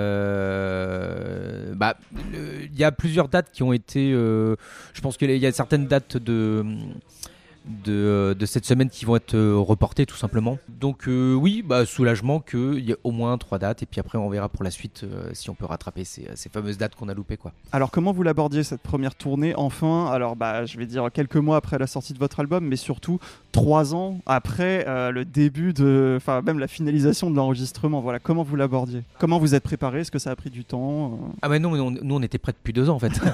Euh, bah, il y a plusieurs dates qui ont été. Euh, je pense qu'il y a certaines dates de. De, de cette semaine qui vont être euh, reportées tout simplement. Donc euh, oui, bah, soulagement qu'il y a au moins trois dates et puis après on verra pour la suite euh, si on peut rattraper ces, ces fameuses dates qu'on a loupées, quoi. Alors comment vous l'abordiez cette première tournée enfin? Alors bah je vais dire quelques mois après la sortie de votre album, mais surtout trois ans après euh, le début de, enfin même la finalisation de l'enregistrement. Voilà, comment vous l'abordiez? Comment vous êtes préparé? Est-ce que ça a pris du temps? Ah bah non, mais on- nous on était prêts depuis deux ans en fait.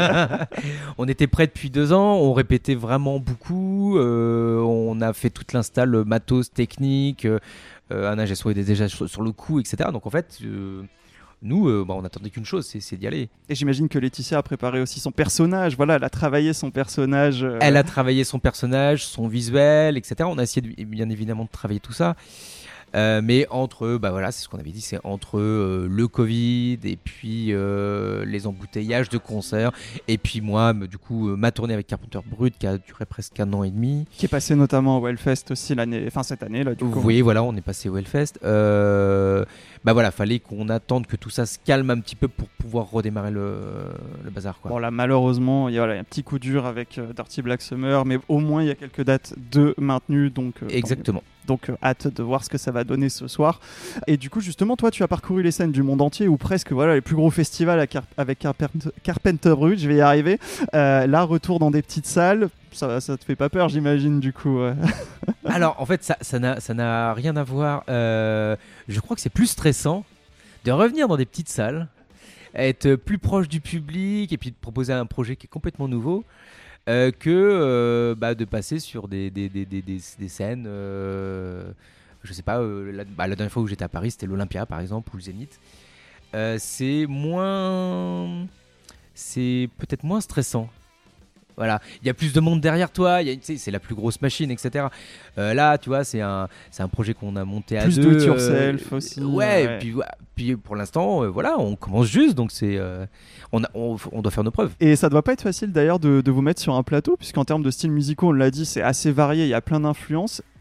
On était prêts depuis deux ans, on répétait vraiment beaucoup. Euh, on a fait toute l'install matos technique, euh, un ingé son était déjà sur, sur le coup, et cetera. Donc en fait, euh, nous, euh, bah, on attendait qu'une chose, c'est, c'est d'y aller. Et j'imagine que Laetitia a préparé aussi son personnage. Voilà, elle a travaillé son personnage. euh, Elle a travaillé son personnage, son visuel, et cetera. On a essayé de- bien évidemment de travailler tout ça. Euh, mais entre, bah voilà, c'est ce qu'on avait dit, c'est entre euh, le Covid et puis euh, les embouteillages de concerts et puis moi, me- du coup, euh, ma tournée avec Carpenter Brut qui a duré presque un an et demi. qui est passé notamment au Hellfest aussi l'année, enfin cette année là. Du Vous coup. voyez, voilà, on est passé au Hellfest. Euh, bah voilà, fallait qu'on attende que tout ça se calme un petit peu pour pouvoir redémarrer le, le bazar, quoi. Bon là malheureusement il y a voilà, un petit coup dur avec euh, Dirty Black Summer, mais au moins il y a quelques dates de maintenues, donc euh, Exactement. donc euh, hâte de voir ce que ça va donner ce soir. Et du coup justement toi tu as parcouru les scènes du monde entier, ou presque, voilà, les plus gros festivals à Car- avec Carpenter, Carpenter Brut, je vais y arriver. Euh, là retour dans des petites salles, ça, ça te fait pas peur j'imagine du coup? Ouais. Alors, en fait, ça, ça n'a, ça n'a rien à voir. Euh, je crois que c'est plus stressant de revenir dans des petites salles, être plus proche du public et puis de proposer un projet qui est complètement nouveau, euh, que euh, bah, de passer sur des, des, des, des, des, des scènes. Euh, je sais pas, euh, la, bah, la dernière fois où j'étais à Paris, c'était l'Olympia par exemple, ou le Zénith. Euh, c'est moins. C'est peut-être moins stressant. Voilà, il y a plus de monde derrière toi, il y a, tu sais, c'est la plus grosse machine, et cetera. Euh, là, tu vois, c'est un, c'est un projet qu'on a monté à Plus deux. do it yourself euh, aussi, Ouais, ouais. Puis, ouais, puis pour l'instant, euh, voilà, on commence juste, donc c'est, euh, on, a, on, on doit faire nos preuves. Et ça doit pas être facile d'ailleurs de, de vous mettre sur un plateau, puisqu'en termes de styles musicaux, on l'a dit, c'est assez varié, il y a plein d'influences.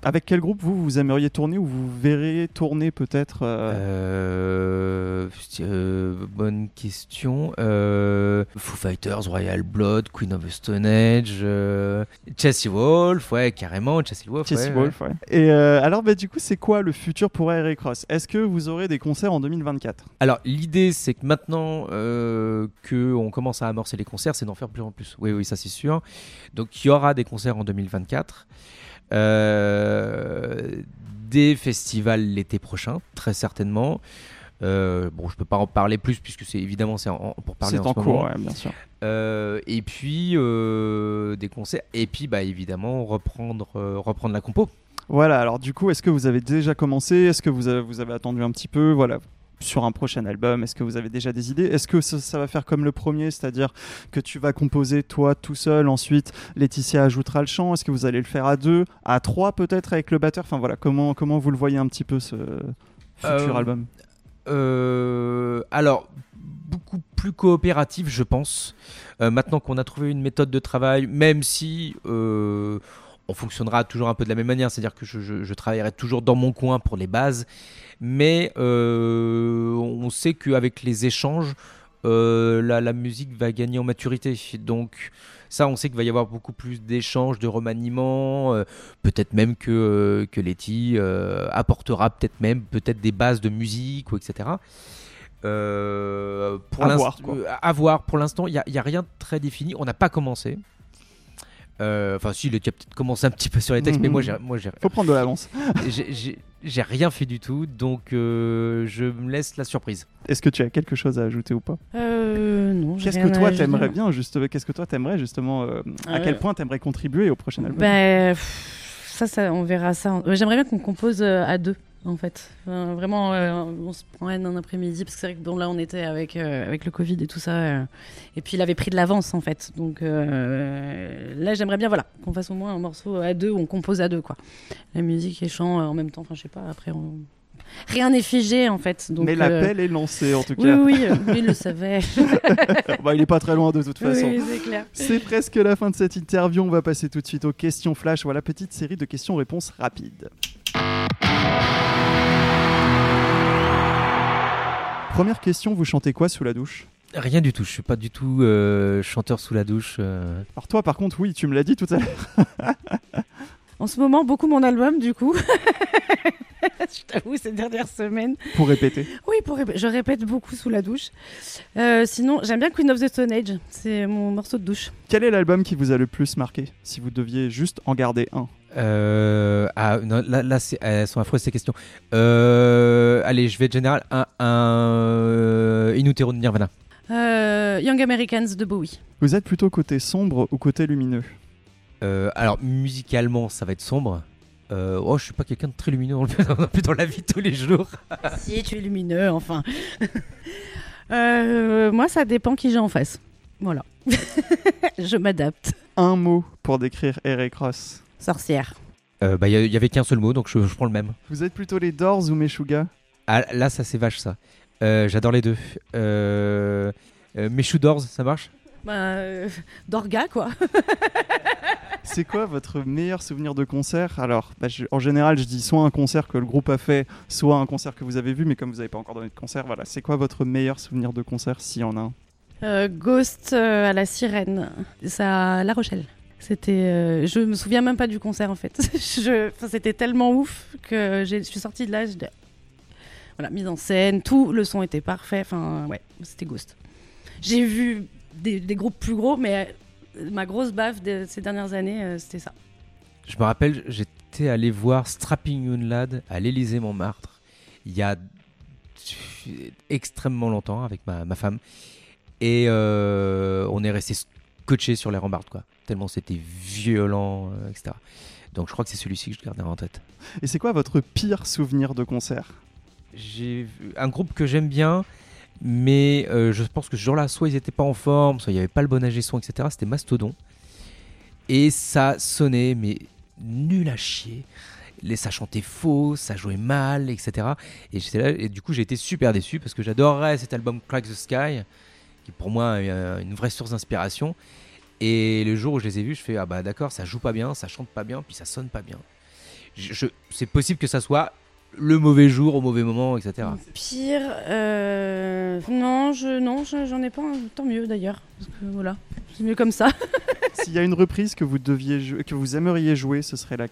Avec quel groupe vous, vous aimeriez tourner ou vous verrez tourner peut-être euh... Euh, euh, Bonne question. Euh... Foo Fighters, Royal Blood, Queen of the Stone Age, euh... Chelsea Wolf, ouais, carrément, Chelsea Wolf. Chelsea ouais, Wolf, ouais. ouais. Et euh, alors, bah, du coup, c'est quoi le futur pour Eric Ross ? Est-ce que vous aurez des concerts en deux mille vingt-quatre ? Alors, l'idée, c'est que maintenant euh, qu'on commence à amorcer les concerts, c'est d'en faire plus en plus. Oui, oui, ça c'est sûr. Donc, il y aura des concerts en deux mille vingt-quatre. Euh, des festivals l'été prochain, très certainement. Euh, bon, je peux pas en parler plus puisque c'est évidemment c'est en, pour parler c'est en, en ce cours, moment. Ouais, bien sûr. Euh, et puis euh, des concerts et puis bah évidemment reprendre euh, reprendre la compo. Voilà. Alors du coup, est-ce que vous avez déjà commencé ? Est-ce que vous avez, vous avez attendu un petit peu ? Voilà. Sur un prochain album, est-ce que vous avez déjà des idées ? Est-ce que ça, ça va faire comme le premier, c'est-à-dire que tu vas composer toi tout seul, ensuite Laetitia ajoutera le chant ? Est-ce que vous allez le faire à deux, à trois peut-être avec le batteur ? Enfin voilà, comment, comment vous le voyez un petit peu ce futur euh, album ? euh, Alors, beaucoup plus coopératif, je pense. Euh, maintenant qu'on a trouvé une méthode de travail, même si... Euh, on fonctionnera toujours un peu de la même manière, c'est-à-dire que je, je, je travaillerai toujours dans mon coin pour les bases, mais euh, on sait qu'avec les échanges, euh, la, la musique va gagner en maturité. Donc ça, on sait qu'il va y avoir beaucoup plus d'échanges, de remaniements, euh, peut-être même que, euh, que Letty euh, apportera peut-être même peut-être des bases de musique, ou et cetera. Euh, pour à, voir, quoi. Euh, à voir, pour l'instant, il n'y a, y a rien de très défini, on n'a pas commencé. Enfin, euh, si, il a peut-être commencé un petit peu sur les textes, mmh. mais moi, j'ai, moi, j'ai, faut prendre de l'avance. j'ai, j'ai, j'ai rien fait du tout, donc euh, je me laisse la surprise. Est-ce que tu as quelque chose à ajouter ou pas ? Euh, non. Qu'est-ce que toi t'aimerais bien justement ? Qu'est-ce que toi t'aimerais justement euh, À euh, quel point t'aimerais contribuer au prochain album ? Bah, ça, ça, on verra ça. J'aimerais bien qu'on compose à deux. En fait, enfin, vraiment, euh, on se promène un après-midi parce que c'est vrai que bon là on était avec euh, avec le Covid et tout ça, euh, et puis il avait pris de l'avance en fait. Donc euh, là j'aimerais bien voilà qu'on fasse au moins un morceau à deux où on compose à deux quoi. La musique et chant euh, en même temps. Enfin je sais pas. Après on... rien n'est figé en fait. Donc, mais l'appel euh... est lancé en tout cas. Oui oui, euh, il le savait. Bah, il est pas très loin de toute façon. Oui c'est clair. C'est presque la fin de cette interview. On va passer tout de suite aux questions flash. Voilà, petite série de questions-réponses rapides. Première question, vous chantez quoi sous la douche ? Rien du tout, je suis pas du tout euh, chanteur sous la douche. Euh... Alors toi par contre oui, tu me l'as dit tout à l'heure. En ce moment, beaucoup mon album du coup. Je t'avoue ces dernières semaines. Pour répéter ? Oui, pour répéter. Je répète beaucoup sous la douche. Euh, sinon, j'aime bien Queen of the Stone Age, c'est mon morceau de douche. Quel est l'album qui vous a le plus marqué, si vous deviez juste en garder un ? Euh, ah, non, là, là c'est, elles sont affreuses ces questions. Euh, allez, je vais être général. Un, un In Utero de Nirvana. Euh, Young Americans de Bowie. Vous êtes plutôt côté sombre ou côté lumineux ? euh, Alors, musicalement, ça va être sombre. Euh, oh, je suis pas quelqu'un de très lumineux dans, le, dans la vie de tous les jours. Si, tu es lumineux, enfin. euh, moi, ça dépend qui j'ai en face. Voilà. Je m'adapte. Un mot pour décrire Eric Ross. Sorcière. Il euh, bah, y, y avait qu'un seul mot, donc je, je prends le même. Vous êtes plutôt les Doors ou Meshuggah ? Ah, là, ça c'est vache, ça. Euh, j'adore les deux. Euh, euh, Meshuggah Doors, ça marche ? Bah, euh, Dorga, quoi. C'est quoi votre meilleur souvenir de concert ? Alors, bah, je, en général, je dis soit un concert que le groupe a fait, soit un concert que vous avez vu, mais comme vous n'avez pas encore donné de concert, voilà. C'est quoi votre meilleur souvenir de concert, s'il y en a un ? euh, Ghost euh, à la Sirène. C'est à La Rochelle. C'était, euh, je me souviens même pas du concert en fait. je, c'était tellement ouf que j'ai, je suis sortie de là. Je, voilà, mise en scène, tout, le son était parfait. Enfin, ouais, c'était Ghost. J'ai vu des, des groupes plus gros, mais ma grosse baffe de ces dernières années, euh, c'était ça. Je me rappelle, j'étais allé voir Strapping Young Lad à l'Élysée-Montmartre il y a extrêmement longtemps avec ma, ma femme, et euh, on est resté scotché sur les rambardes, quoi. Tellement c'était violent, euh, et cetera. Donc je crois que c'est celui-ci que je garderai en tête. Et c'est quoi votre pire souvenir de concert ? J'ai vu un groupe que j'aime bien, mais euh, je pense que ce jour-là, soit ils n'étaient pas en forme, soit il n'y avait pas le bon ingé son, et cetera. C'était Mastodon. Et ça sonnait, mais nul à chier. Les, ça chantait faux, ça jouait mal, et cetera. Et, j'étais là, et du coup, j'ai été super déçu parce que j'adorais cet album Crack the Sky, qui pour moi est une vraie source d'inspiration. Et le jour où je les ai vus, je fais ah bah d'accord, ça joue pas bien, ça chante pas bien, puis ça sonne pas bien. je, je, c'est possible que ça soit le mauvais jour au mauvais moment, et cetera. Pire, euh, non, je, non, je, j'en ai pas. Tant mieux d'ailleurs, parce que voilà, c'est mieux comme ça. S'il y a une reprise que vous deviez jou- que vous aimeriez jouer, ce serait laquelle ?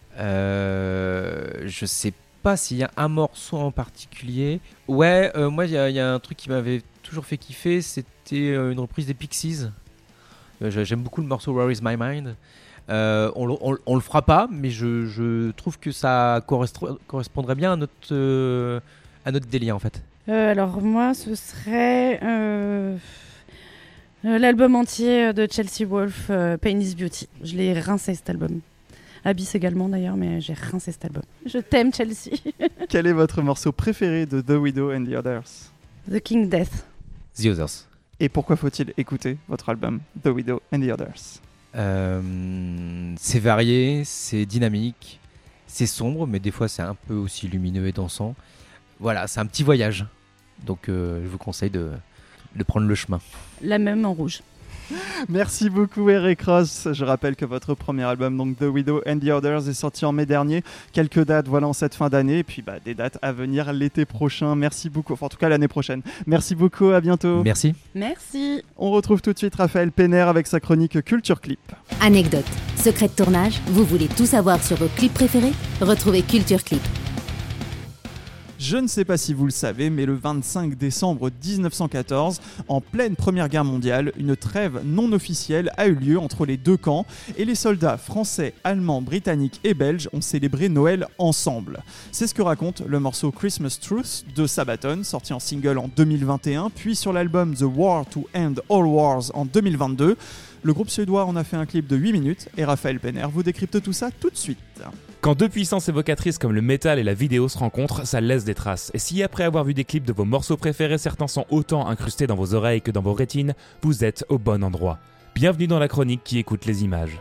Euh, je sais pas s'il y a un morceau en particulier. Ouais, euh, moi il y, y a un truc qui m'avait toujours fait kiffer, c'était euh, une reprise des Pixies. Euh, j'aime beaucoup le morceau Where Is My Mind. Euh, on, on, on le fera pas, mais je, je trouve que ça correspond, correspondrait bien à notre, euh, à notre délire en fait. Euh, alors moi, ce serait euh, euh, l'album entier de Chelsea Wolfe, euh, Pain is Beauty. Je l'ai rincé cet album. Abyss également d'ailleurs, mais j'ai rincé cet album. Je t'aime Chelsea. Quel est votre morceau préféré de The Widow and the Others ? The King Death. The Others. Et pourquoi faut-il écouter votre album The Widow and the Others ? Euh, c'est varié, c'est dynamique, c'est sombre, mais des fois c'est un peu aussi lumineux et dansant. Voilà, c'est un petit voyage. Donc euh, je vous conseille de, de prendre le chemin. La même en rouge. Merci beaucoup Eric Ross. Je rappelle que votre premier album, donc The Widow and the Others, est sorti en mai dernier. Quelques dates voilà en cette fin d'année, et puis bah, des dates à venir l'été prochain. Merci beaucoup, enfin en tout cas l'année prochaine. Merci beaucoup, à bientôt. Merci. Merci. On retrouve tout de suite Raphaël Penner avec sa chronique Culture Clip. Anecdote, secret de tournage, vous voulez tout savoir sur vos clips préférés ? Retrouvez Culture Clip. Je ne sais pas si vous le savez, mais le vingt-cinq décembre dix-neuf cent quatorze, en pleine Première Guerre mondiale, une trêve non officielle a eu lieu entre les deux camps et les soldats français, allemands, britanniques et belges ont célébré Noël ensemble. C'est ce que raconte le morceau Christmas Truce de Sabaton, sorti en single en deux mille vingt et un, puis sur l'album The War to End All Wars en deux mille vingt-deux. Le groupe suédois en a fait un clip de huit minutes et Raphaël Penner vous décrypte tout ça tout de suite. Quand deux puissances évocatrices comme le métal et la vidéo se rencontrent, ça laisse des traces. Et si après avoir vu des clips de vos morceaux préférés, certains sont autant incrustés dans vos oreilles que dans vos rétines, vous êtes au bon endroit. Bienvenue dans la chronique qui écoute les images.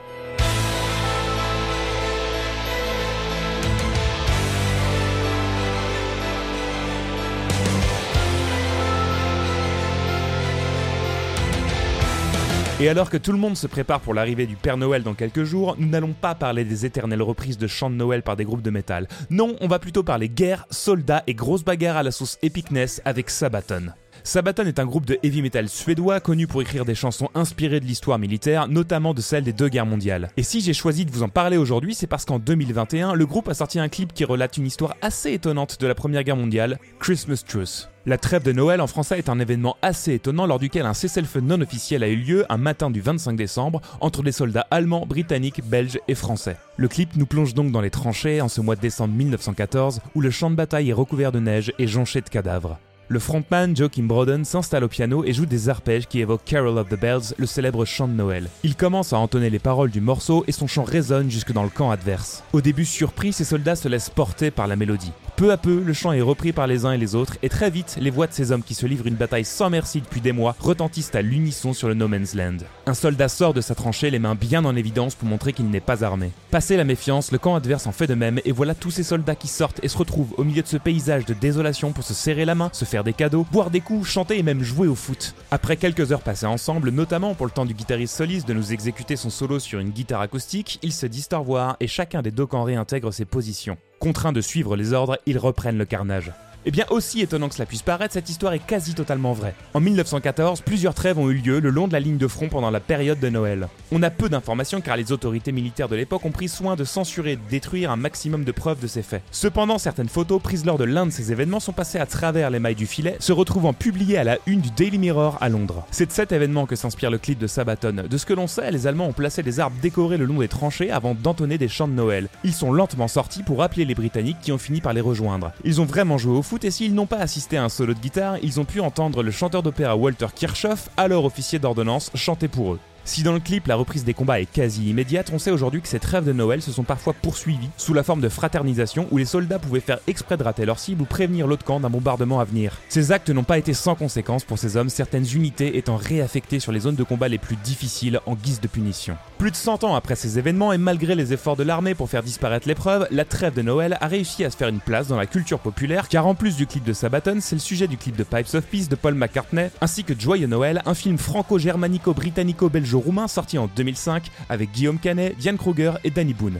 Et alors que tout le monde se prépare pour l'arrivée du Père Noël dans quelques jours, nous n'allons pas parler des éternelles reprises de chants de Noël par des groupes de métal. Non, on va plutôt parler guerre, soldats et grosses bagarres à la sauce epicness avec Sabaton. Sabaton est un groupe de heavy metal suédois connu pour écrire des chansons inspirées de l'histoire militaire, notamment de celle des deux guerres mondiales. Et si j'ai choisi de vous en parler aujourd'hui, c'est parce qu'en deux mille vingt et un, le groupe a sorti un clip qui relate une histoire assez étonnante de la Première Guerre mondiale, Christmas Truce. La trêve de Noël en français est un événement assez étonnant lors duquel un cessez-le-feu non officiel a eu lieu un matin du vingt-cinq décembre entre les soldats allemands, britanniques, belges et français. Le clip nous plonge donc dans les tranchées en ce mois de décembre mille neuf cent quatorze où le champ de bataille est recouvert de neige et jonché de cadavres. Le frontman Joachim Broden s'installe au piano et joue des arpèges qui évoquent Carol of the Bells, le célèbre chant de Noël. Il commence à entonner les paroles du morceau et son chant résonne jusque dans le camp adverse. Au début surpris, ces soldats se laissent porter par la mélodie. Peu à peu, le chant est repris par les uns et les autres et très vite, les voix de ces hommes qui se livrent une bataille sans merci depuis des mois retentissent à l'unisson sur le No Man's Land. Un soldat sort de sa tranchée les mains bien en évidence pour montrer qu'il n'est pas armé. Passé la méfiance, le camp adverse en fait de même et voilà tous ces soldats qui sortent et se retrouvent au milieu de ce paysage de désolation pour se serrer la main, se faire des cadeaux, boire des coups, chanter et même jouer au foot. Après quelques heures passées ensemble, notamment pour le temps du guitariste soliste de nous exécuter son solo sur une guitare acoustique, ils se disent au revoir et chacun des deux camps réintègre ses positions. Contraints de suivre les ordres, ils reprennent le carnage. Et bien aussi étonnant que cela puisse paraître, cette histoire est quasi totalement vraie. En mille neuf cent quatorze, plusieurs trêves ont eu lieu le long de la ligne de front pendant la période de Noël. On a peu d'informations car les autorités militaires de l'époque ont pris soin de censurer et de détruire un maximum de preuves de ces faits. Cependant, certaines photos prises lors de l'un de ces événements sont passées à travers les mailles du filet, se retrouvant publiées à la une du Daily Mirror à Londres. C'est de cet événement que s'inspire le clip de Sabaton. De ce que l'on sait, les Allemands ont placé des arbres décorés le long des tranchées avant d'entonner des chants de Noël. Ils sont lentement sortis pour appeler les Britanniques qui ont fini par les rejoindre. Ils ont vraiment joué au foot et s'ils n'ont pas assisté à un solo de guitare, ils ont pu entendre le chanteur d'opéra Walter Kirchhoff, alors officier d'ordonnance, chanter pour eux. Si dans le clip la reprise des combats est quasi immédiate, on sait aujourd'hui que ces trêves de Noël se sont parfois poursuivies sous la forme de fraternisation où les soldats pouvaient faire exprès de rater leur cible ou prévenir l'autre camp d'un bombardement à venir. Ces actes n'ont pas été sans conséquences pour ces hommes, certaines unités étant réaffectées sur les zones de combat les plus difficiles en guise de punition. Plus de cent ans après ces événements et malgré les efforts de l'armée pour faire disparaître l'épreuve, la trêve de Noël a réussi à se faire une place dans la culture populaire car en plus du clip de Sabaton, c'est le sujet du clip de Pipes of Peace de Paul McCartney ainsi que Joyeux Noël, un film franco-germanico-britannico-belge-roumain sorti en deux mille cinq avec Guillaume Canet, Diane Kruger et Danny Boone. Camoulox ?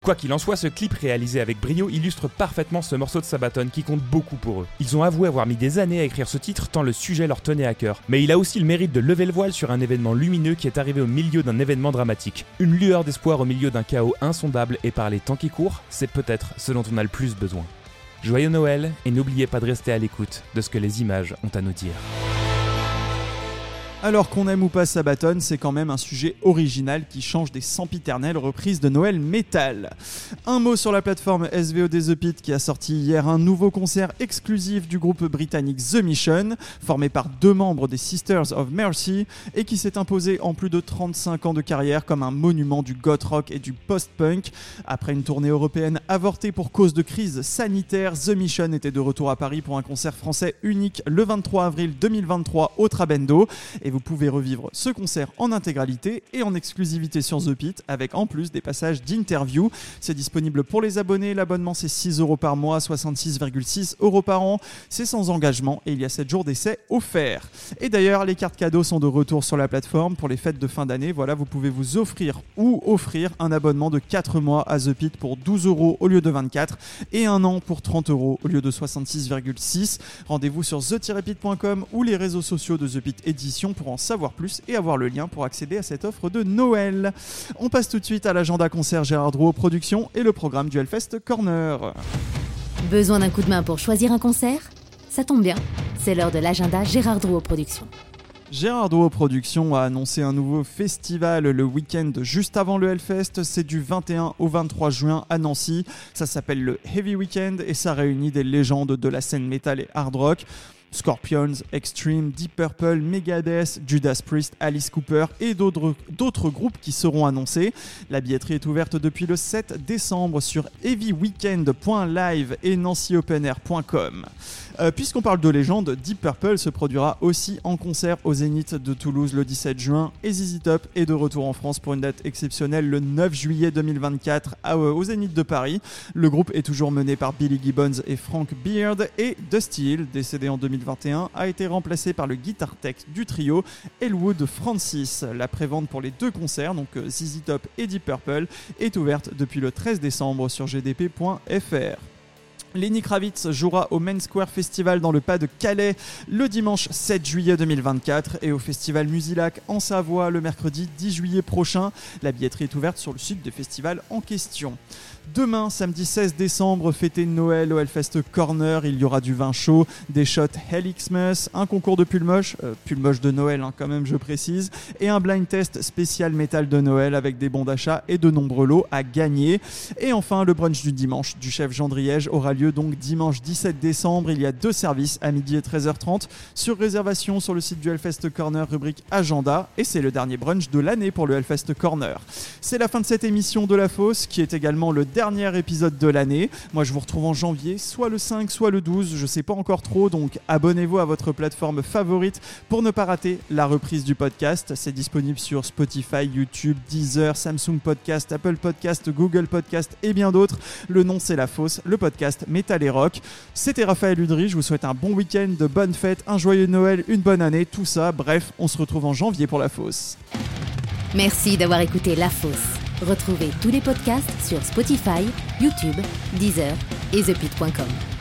Quoi qu'il en soit, ce clip réalisé avec brio illustre parfaitement ce morceau de Sabaton qui compte beaucoup pour eux. Ils ont avoué avoir mis des années à écrire ce titre tant le sujet leur tenait à cœur. Mais il a aussi le mérite de lever le voile sur un événement lumineux qui est arrivé au milieu d'un événement dramatique. Une lueur d'espoir au milieu d'un chaos insondable et par les temps qui courent, c'est peut-être ce dont on a le plus besoin. Joyeux Noël et n'oubliez pas de rester à l'écoute de ce que les images ont à nous dire. Alors qu'on aime ou pas Sabaton, c'est quand même un sujet original qui change des sempiternelles reprises de Noël métal. Un mot sur la plateforme S V O D The Pit qui a sorti hier un nouveau concert exclusif du groupe britannique The Mission, formé par deux membres des Sisters of Mercy et qui s'est imposé en plus de trente-cinq ans de carrière comme un monument du goth rock et du post-punk. Après une tournée européenne avortée pour cause de crise sanitaire, The Mission était de retour à Paris pour un concert français unique le vingt-trois avril deux mille vingt-trois au Trabendo. Et vous pouvez revivre ce concert en intégralité et en exclusivité sur The Pit avec en plus des passages d'interview. C'est disponible pour les abonnés, l'abonnement c'est six euros par mois, soixante-six virgule six euros par an, c'est sans engagement et il y a sept jours d'essai offerts. Et d'ailleurs les cartes cadeaux sont de retour sur la plateforme pour les fêtes de fin d'année. Voilà, vous pouvez vous offrir ou offrir un abonnement de quatre mois à The Pit pour douze euros au lieu de vingt-quatre et un an pour trente euros au lieu de soixante-six virgule six. Rendez-vous sur the tiret pit point com ou les réseaux sociaux de The Pit Édition pour en savoir plus et avoir le lien pour accéder à cette offre de Noël. On passe tout de suite à l'agenda concert Gérard Drouot Productions et le programme du Hellfest Corner. Besoin d'un coup de main pour choisir un concert ? Ça tombe bien, c'est l'heure de l'agenda Gérard Drouot Productions. Gérard Drouot Productions a annoncé un nouveau festival le week-end juste avant le Hellfest. C'est du vingt et un au vingt-trois juin à Nancy. Ça s'appelle le Heavy Weekend et ça réunit des légendes de la scène métal et hard rock. Scorpions, Extreme, Deep Purple, Megadeth, Judas Priest, Alice Cooper et d'autres, d'autres groupes qui seront annoncés. La billetterie est ouverte depuis le sept décembre sur heavy weekend point live et nancy open air point com. Euh, puisqu'on parle de légende, Deep Purple se produira aussi en concert au Zénith de Toulouse le dix-sept juin et Z Z Top est de retour en France pour une date exceptionnelle le neuf juillet deux mille vingt-quatre à, euh, au Zénith de Paris. Le groupe est toujours mené par Billy Gibbons et Frank Beard et Dusty Hill, décédé en deux mille vingt et un, a été remplacé par le guitar tech du trio Elwood Francis. La prévente pour les deux concerts, donc Z Z Top et Deep Purple, est ouverte depuis le treize décembre sur g d p point f r. Lenny Kravitz jouera au Main Square Festival dans le Pas de Calais le dimanche sept juillet deux mille vingt-quatre et au Festival Musilac en Savoie le mercredi dix juillet prochain. La billetterie est ouverte sur le site du festival en question. Demain, samedi seize décembre, fêtez Noël au Hellfest Corner. Il y aura du vin chaud, des shots Hell Xmas, un concours de pull moche, euh, pull moche de Noël hein, quand même je précise, et un blind test spécial métal de Noël avec des bons d'achat et de nombreux lots à gagner. Et enfin, le brunch du dimanche du chef Jean Driège aura lieu donc dimanche dix-sept décembre. Il y a deux services à midi et treize heures trente sur réservation sur le site du Hellfest Corner, rubrique agenda. Et c'est le dernier brunch de l'année pour le Hellfest Corner. C'est la fin de cette émission de La Fosse qui est également le dernier épisode de l'année. Moi je vous retrouve en janvier, soit le cinq, soit le douze, je sais pas encore trop, donc abonnez-vous à votre plateforme favorite pour ne pas rater la reprise du podcast. C'est disponible sur Spotify, YouTube, Deezer, Samsung Podcast, Apple Podcast, Google Podcast et bien d'autres. Le nom c'est La Fosse, le podcast Métal et Rock. C'était Raphaël Udry, je vous souhaite un bon week-end, de bonnes fêtes, un joyeux Noël, une bonne année, tout ça, bref, on se retrouve en janvier pour La Fosse. Merci d'avoir écouté La Fosse. Retrouvez tous les podcasts sur Spotify, YouTube, Deezer et the pit point com.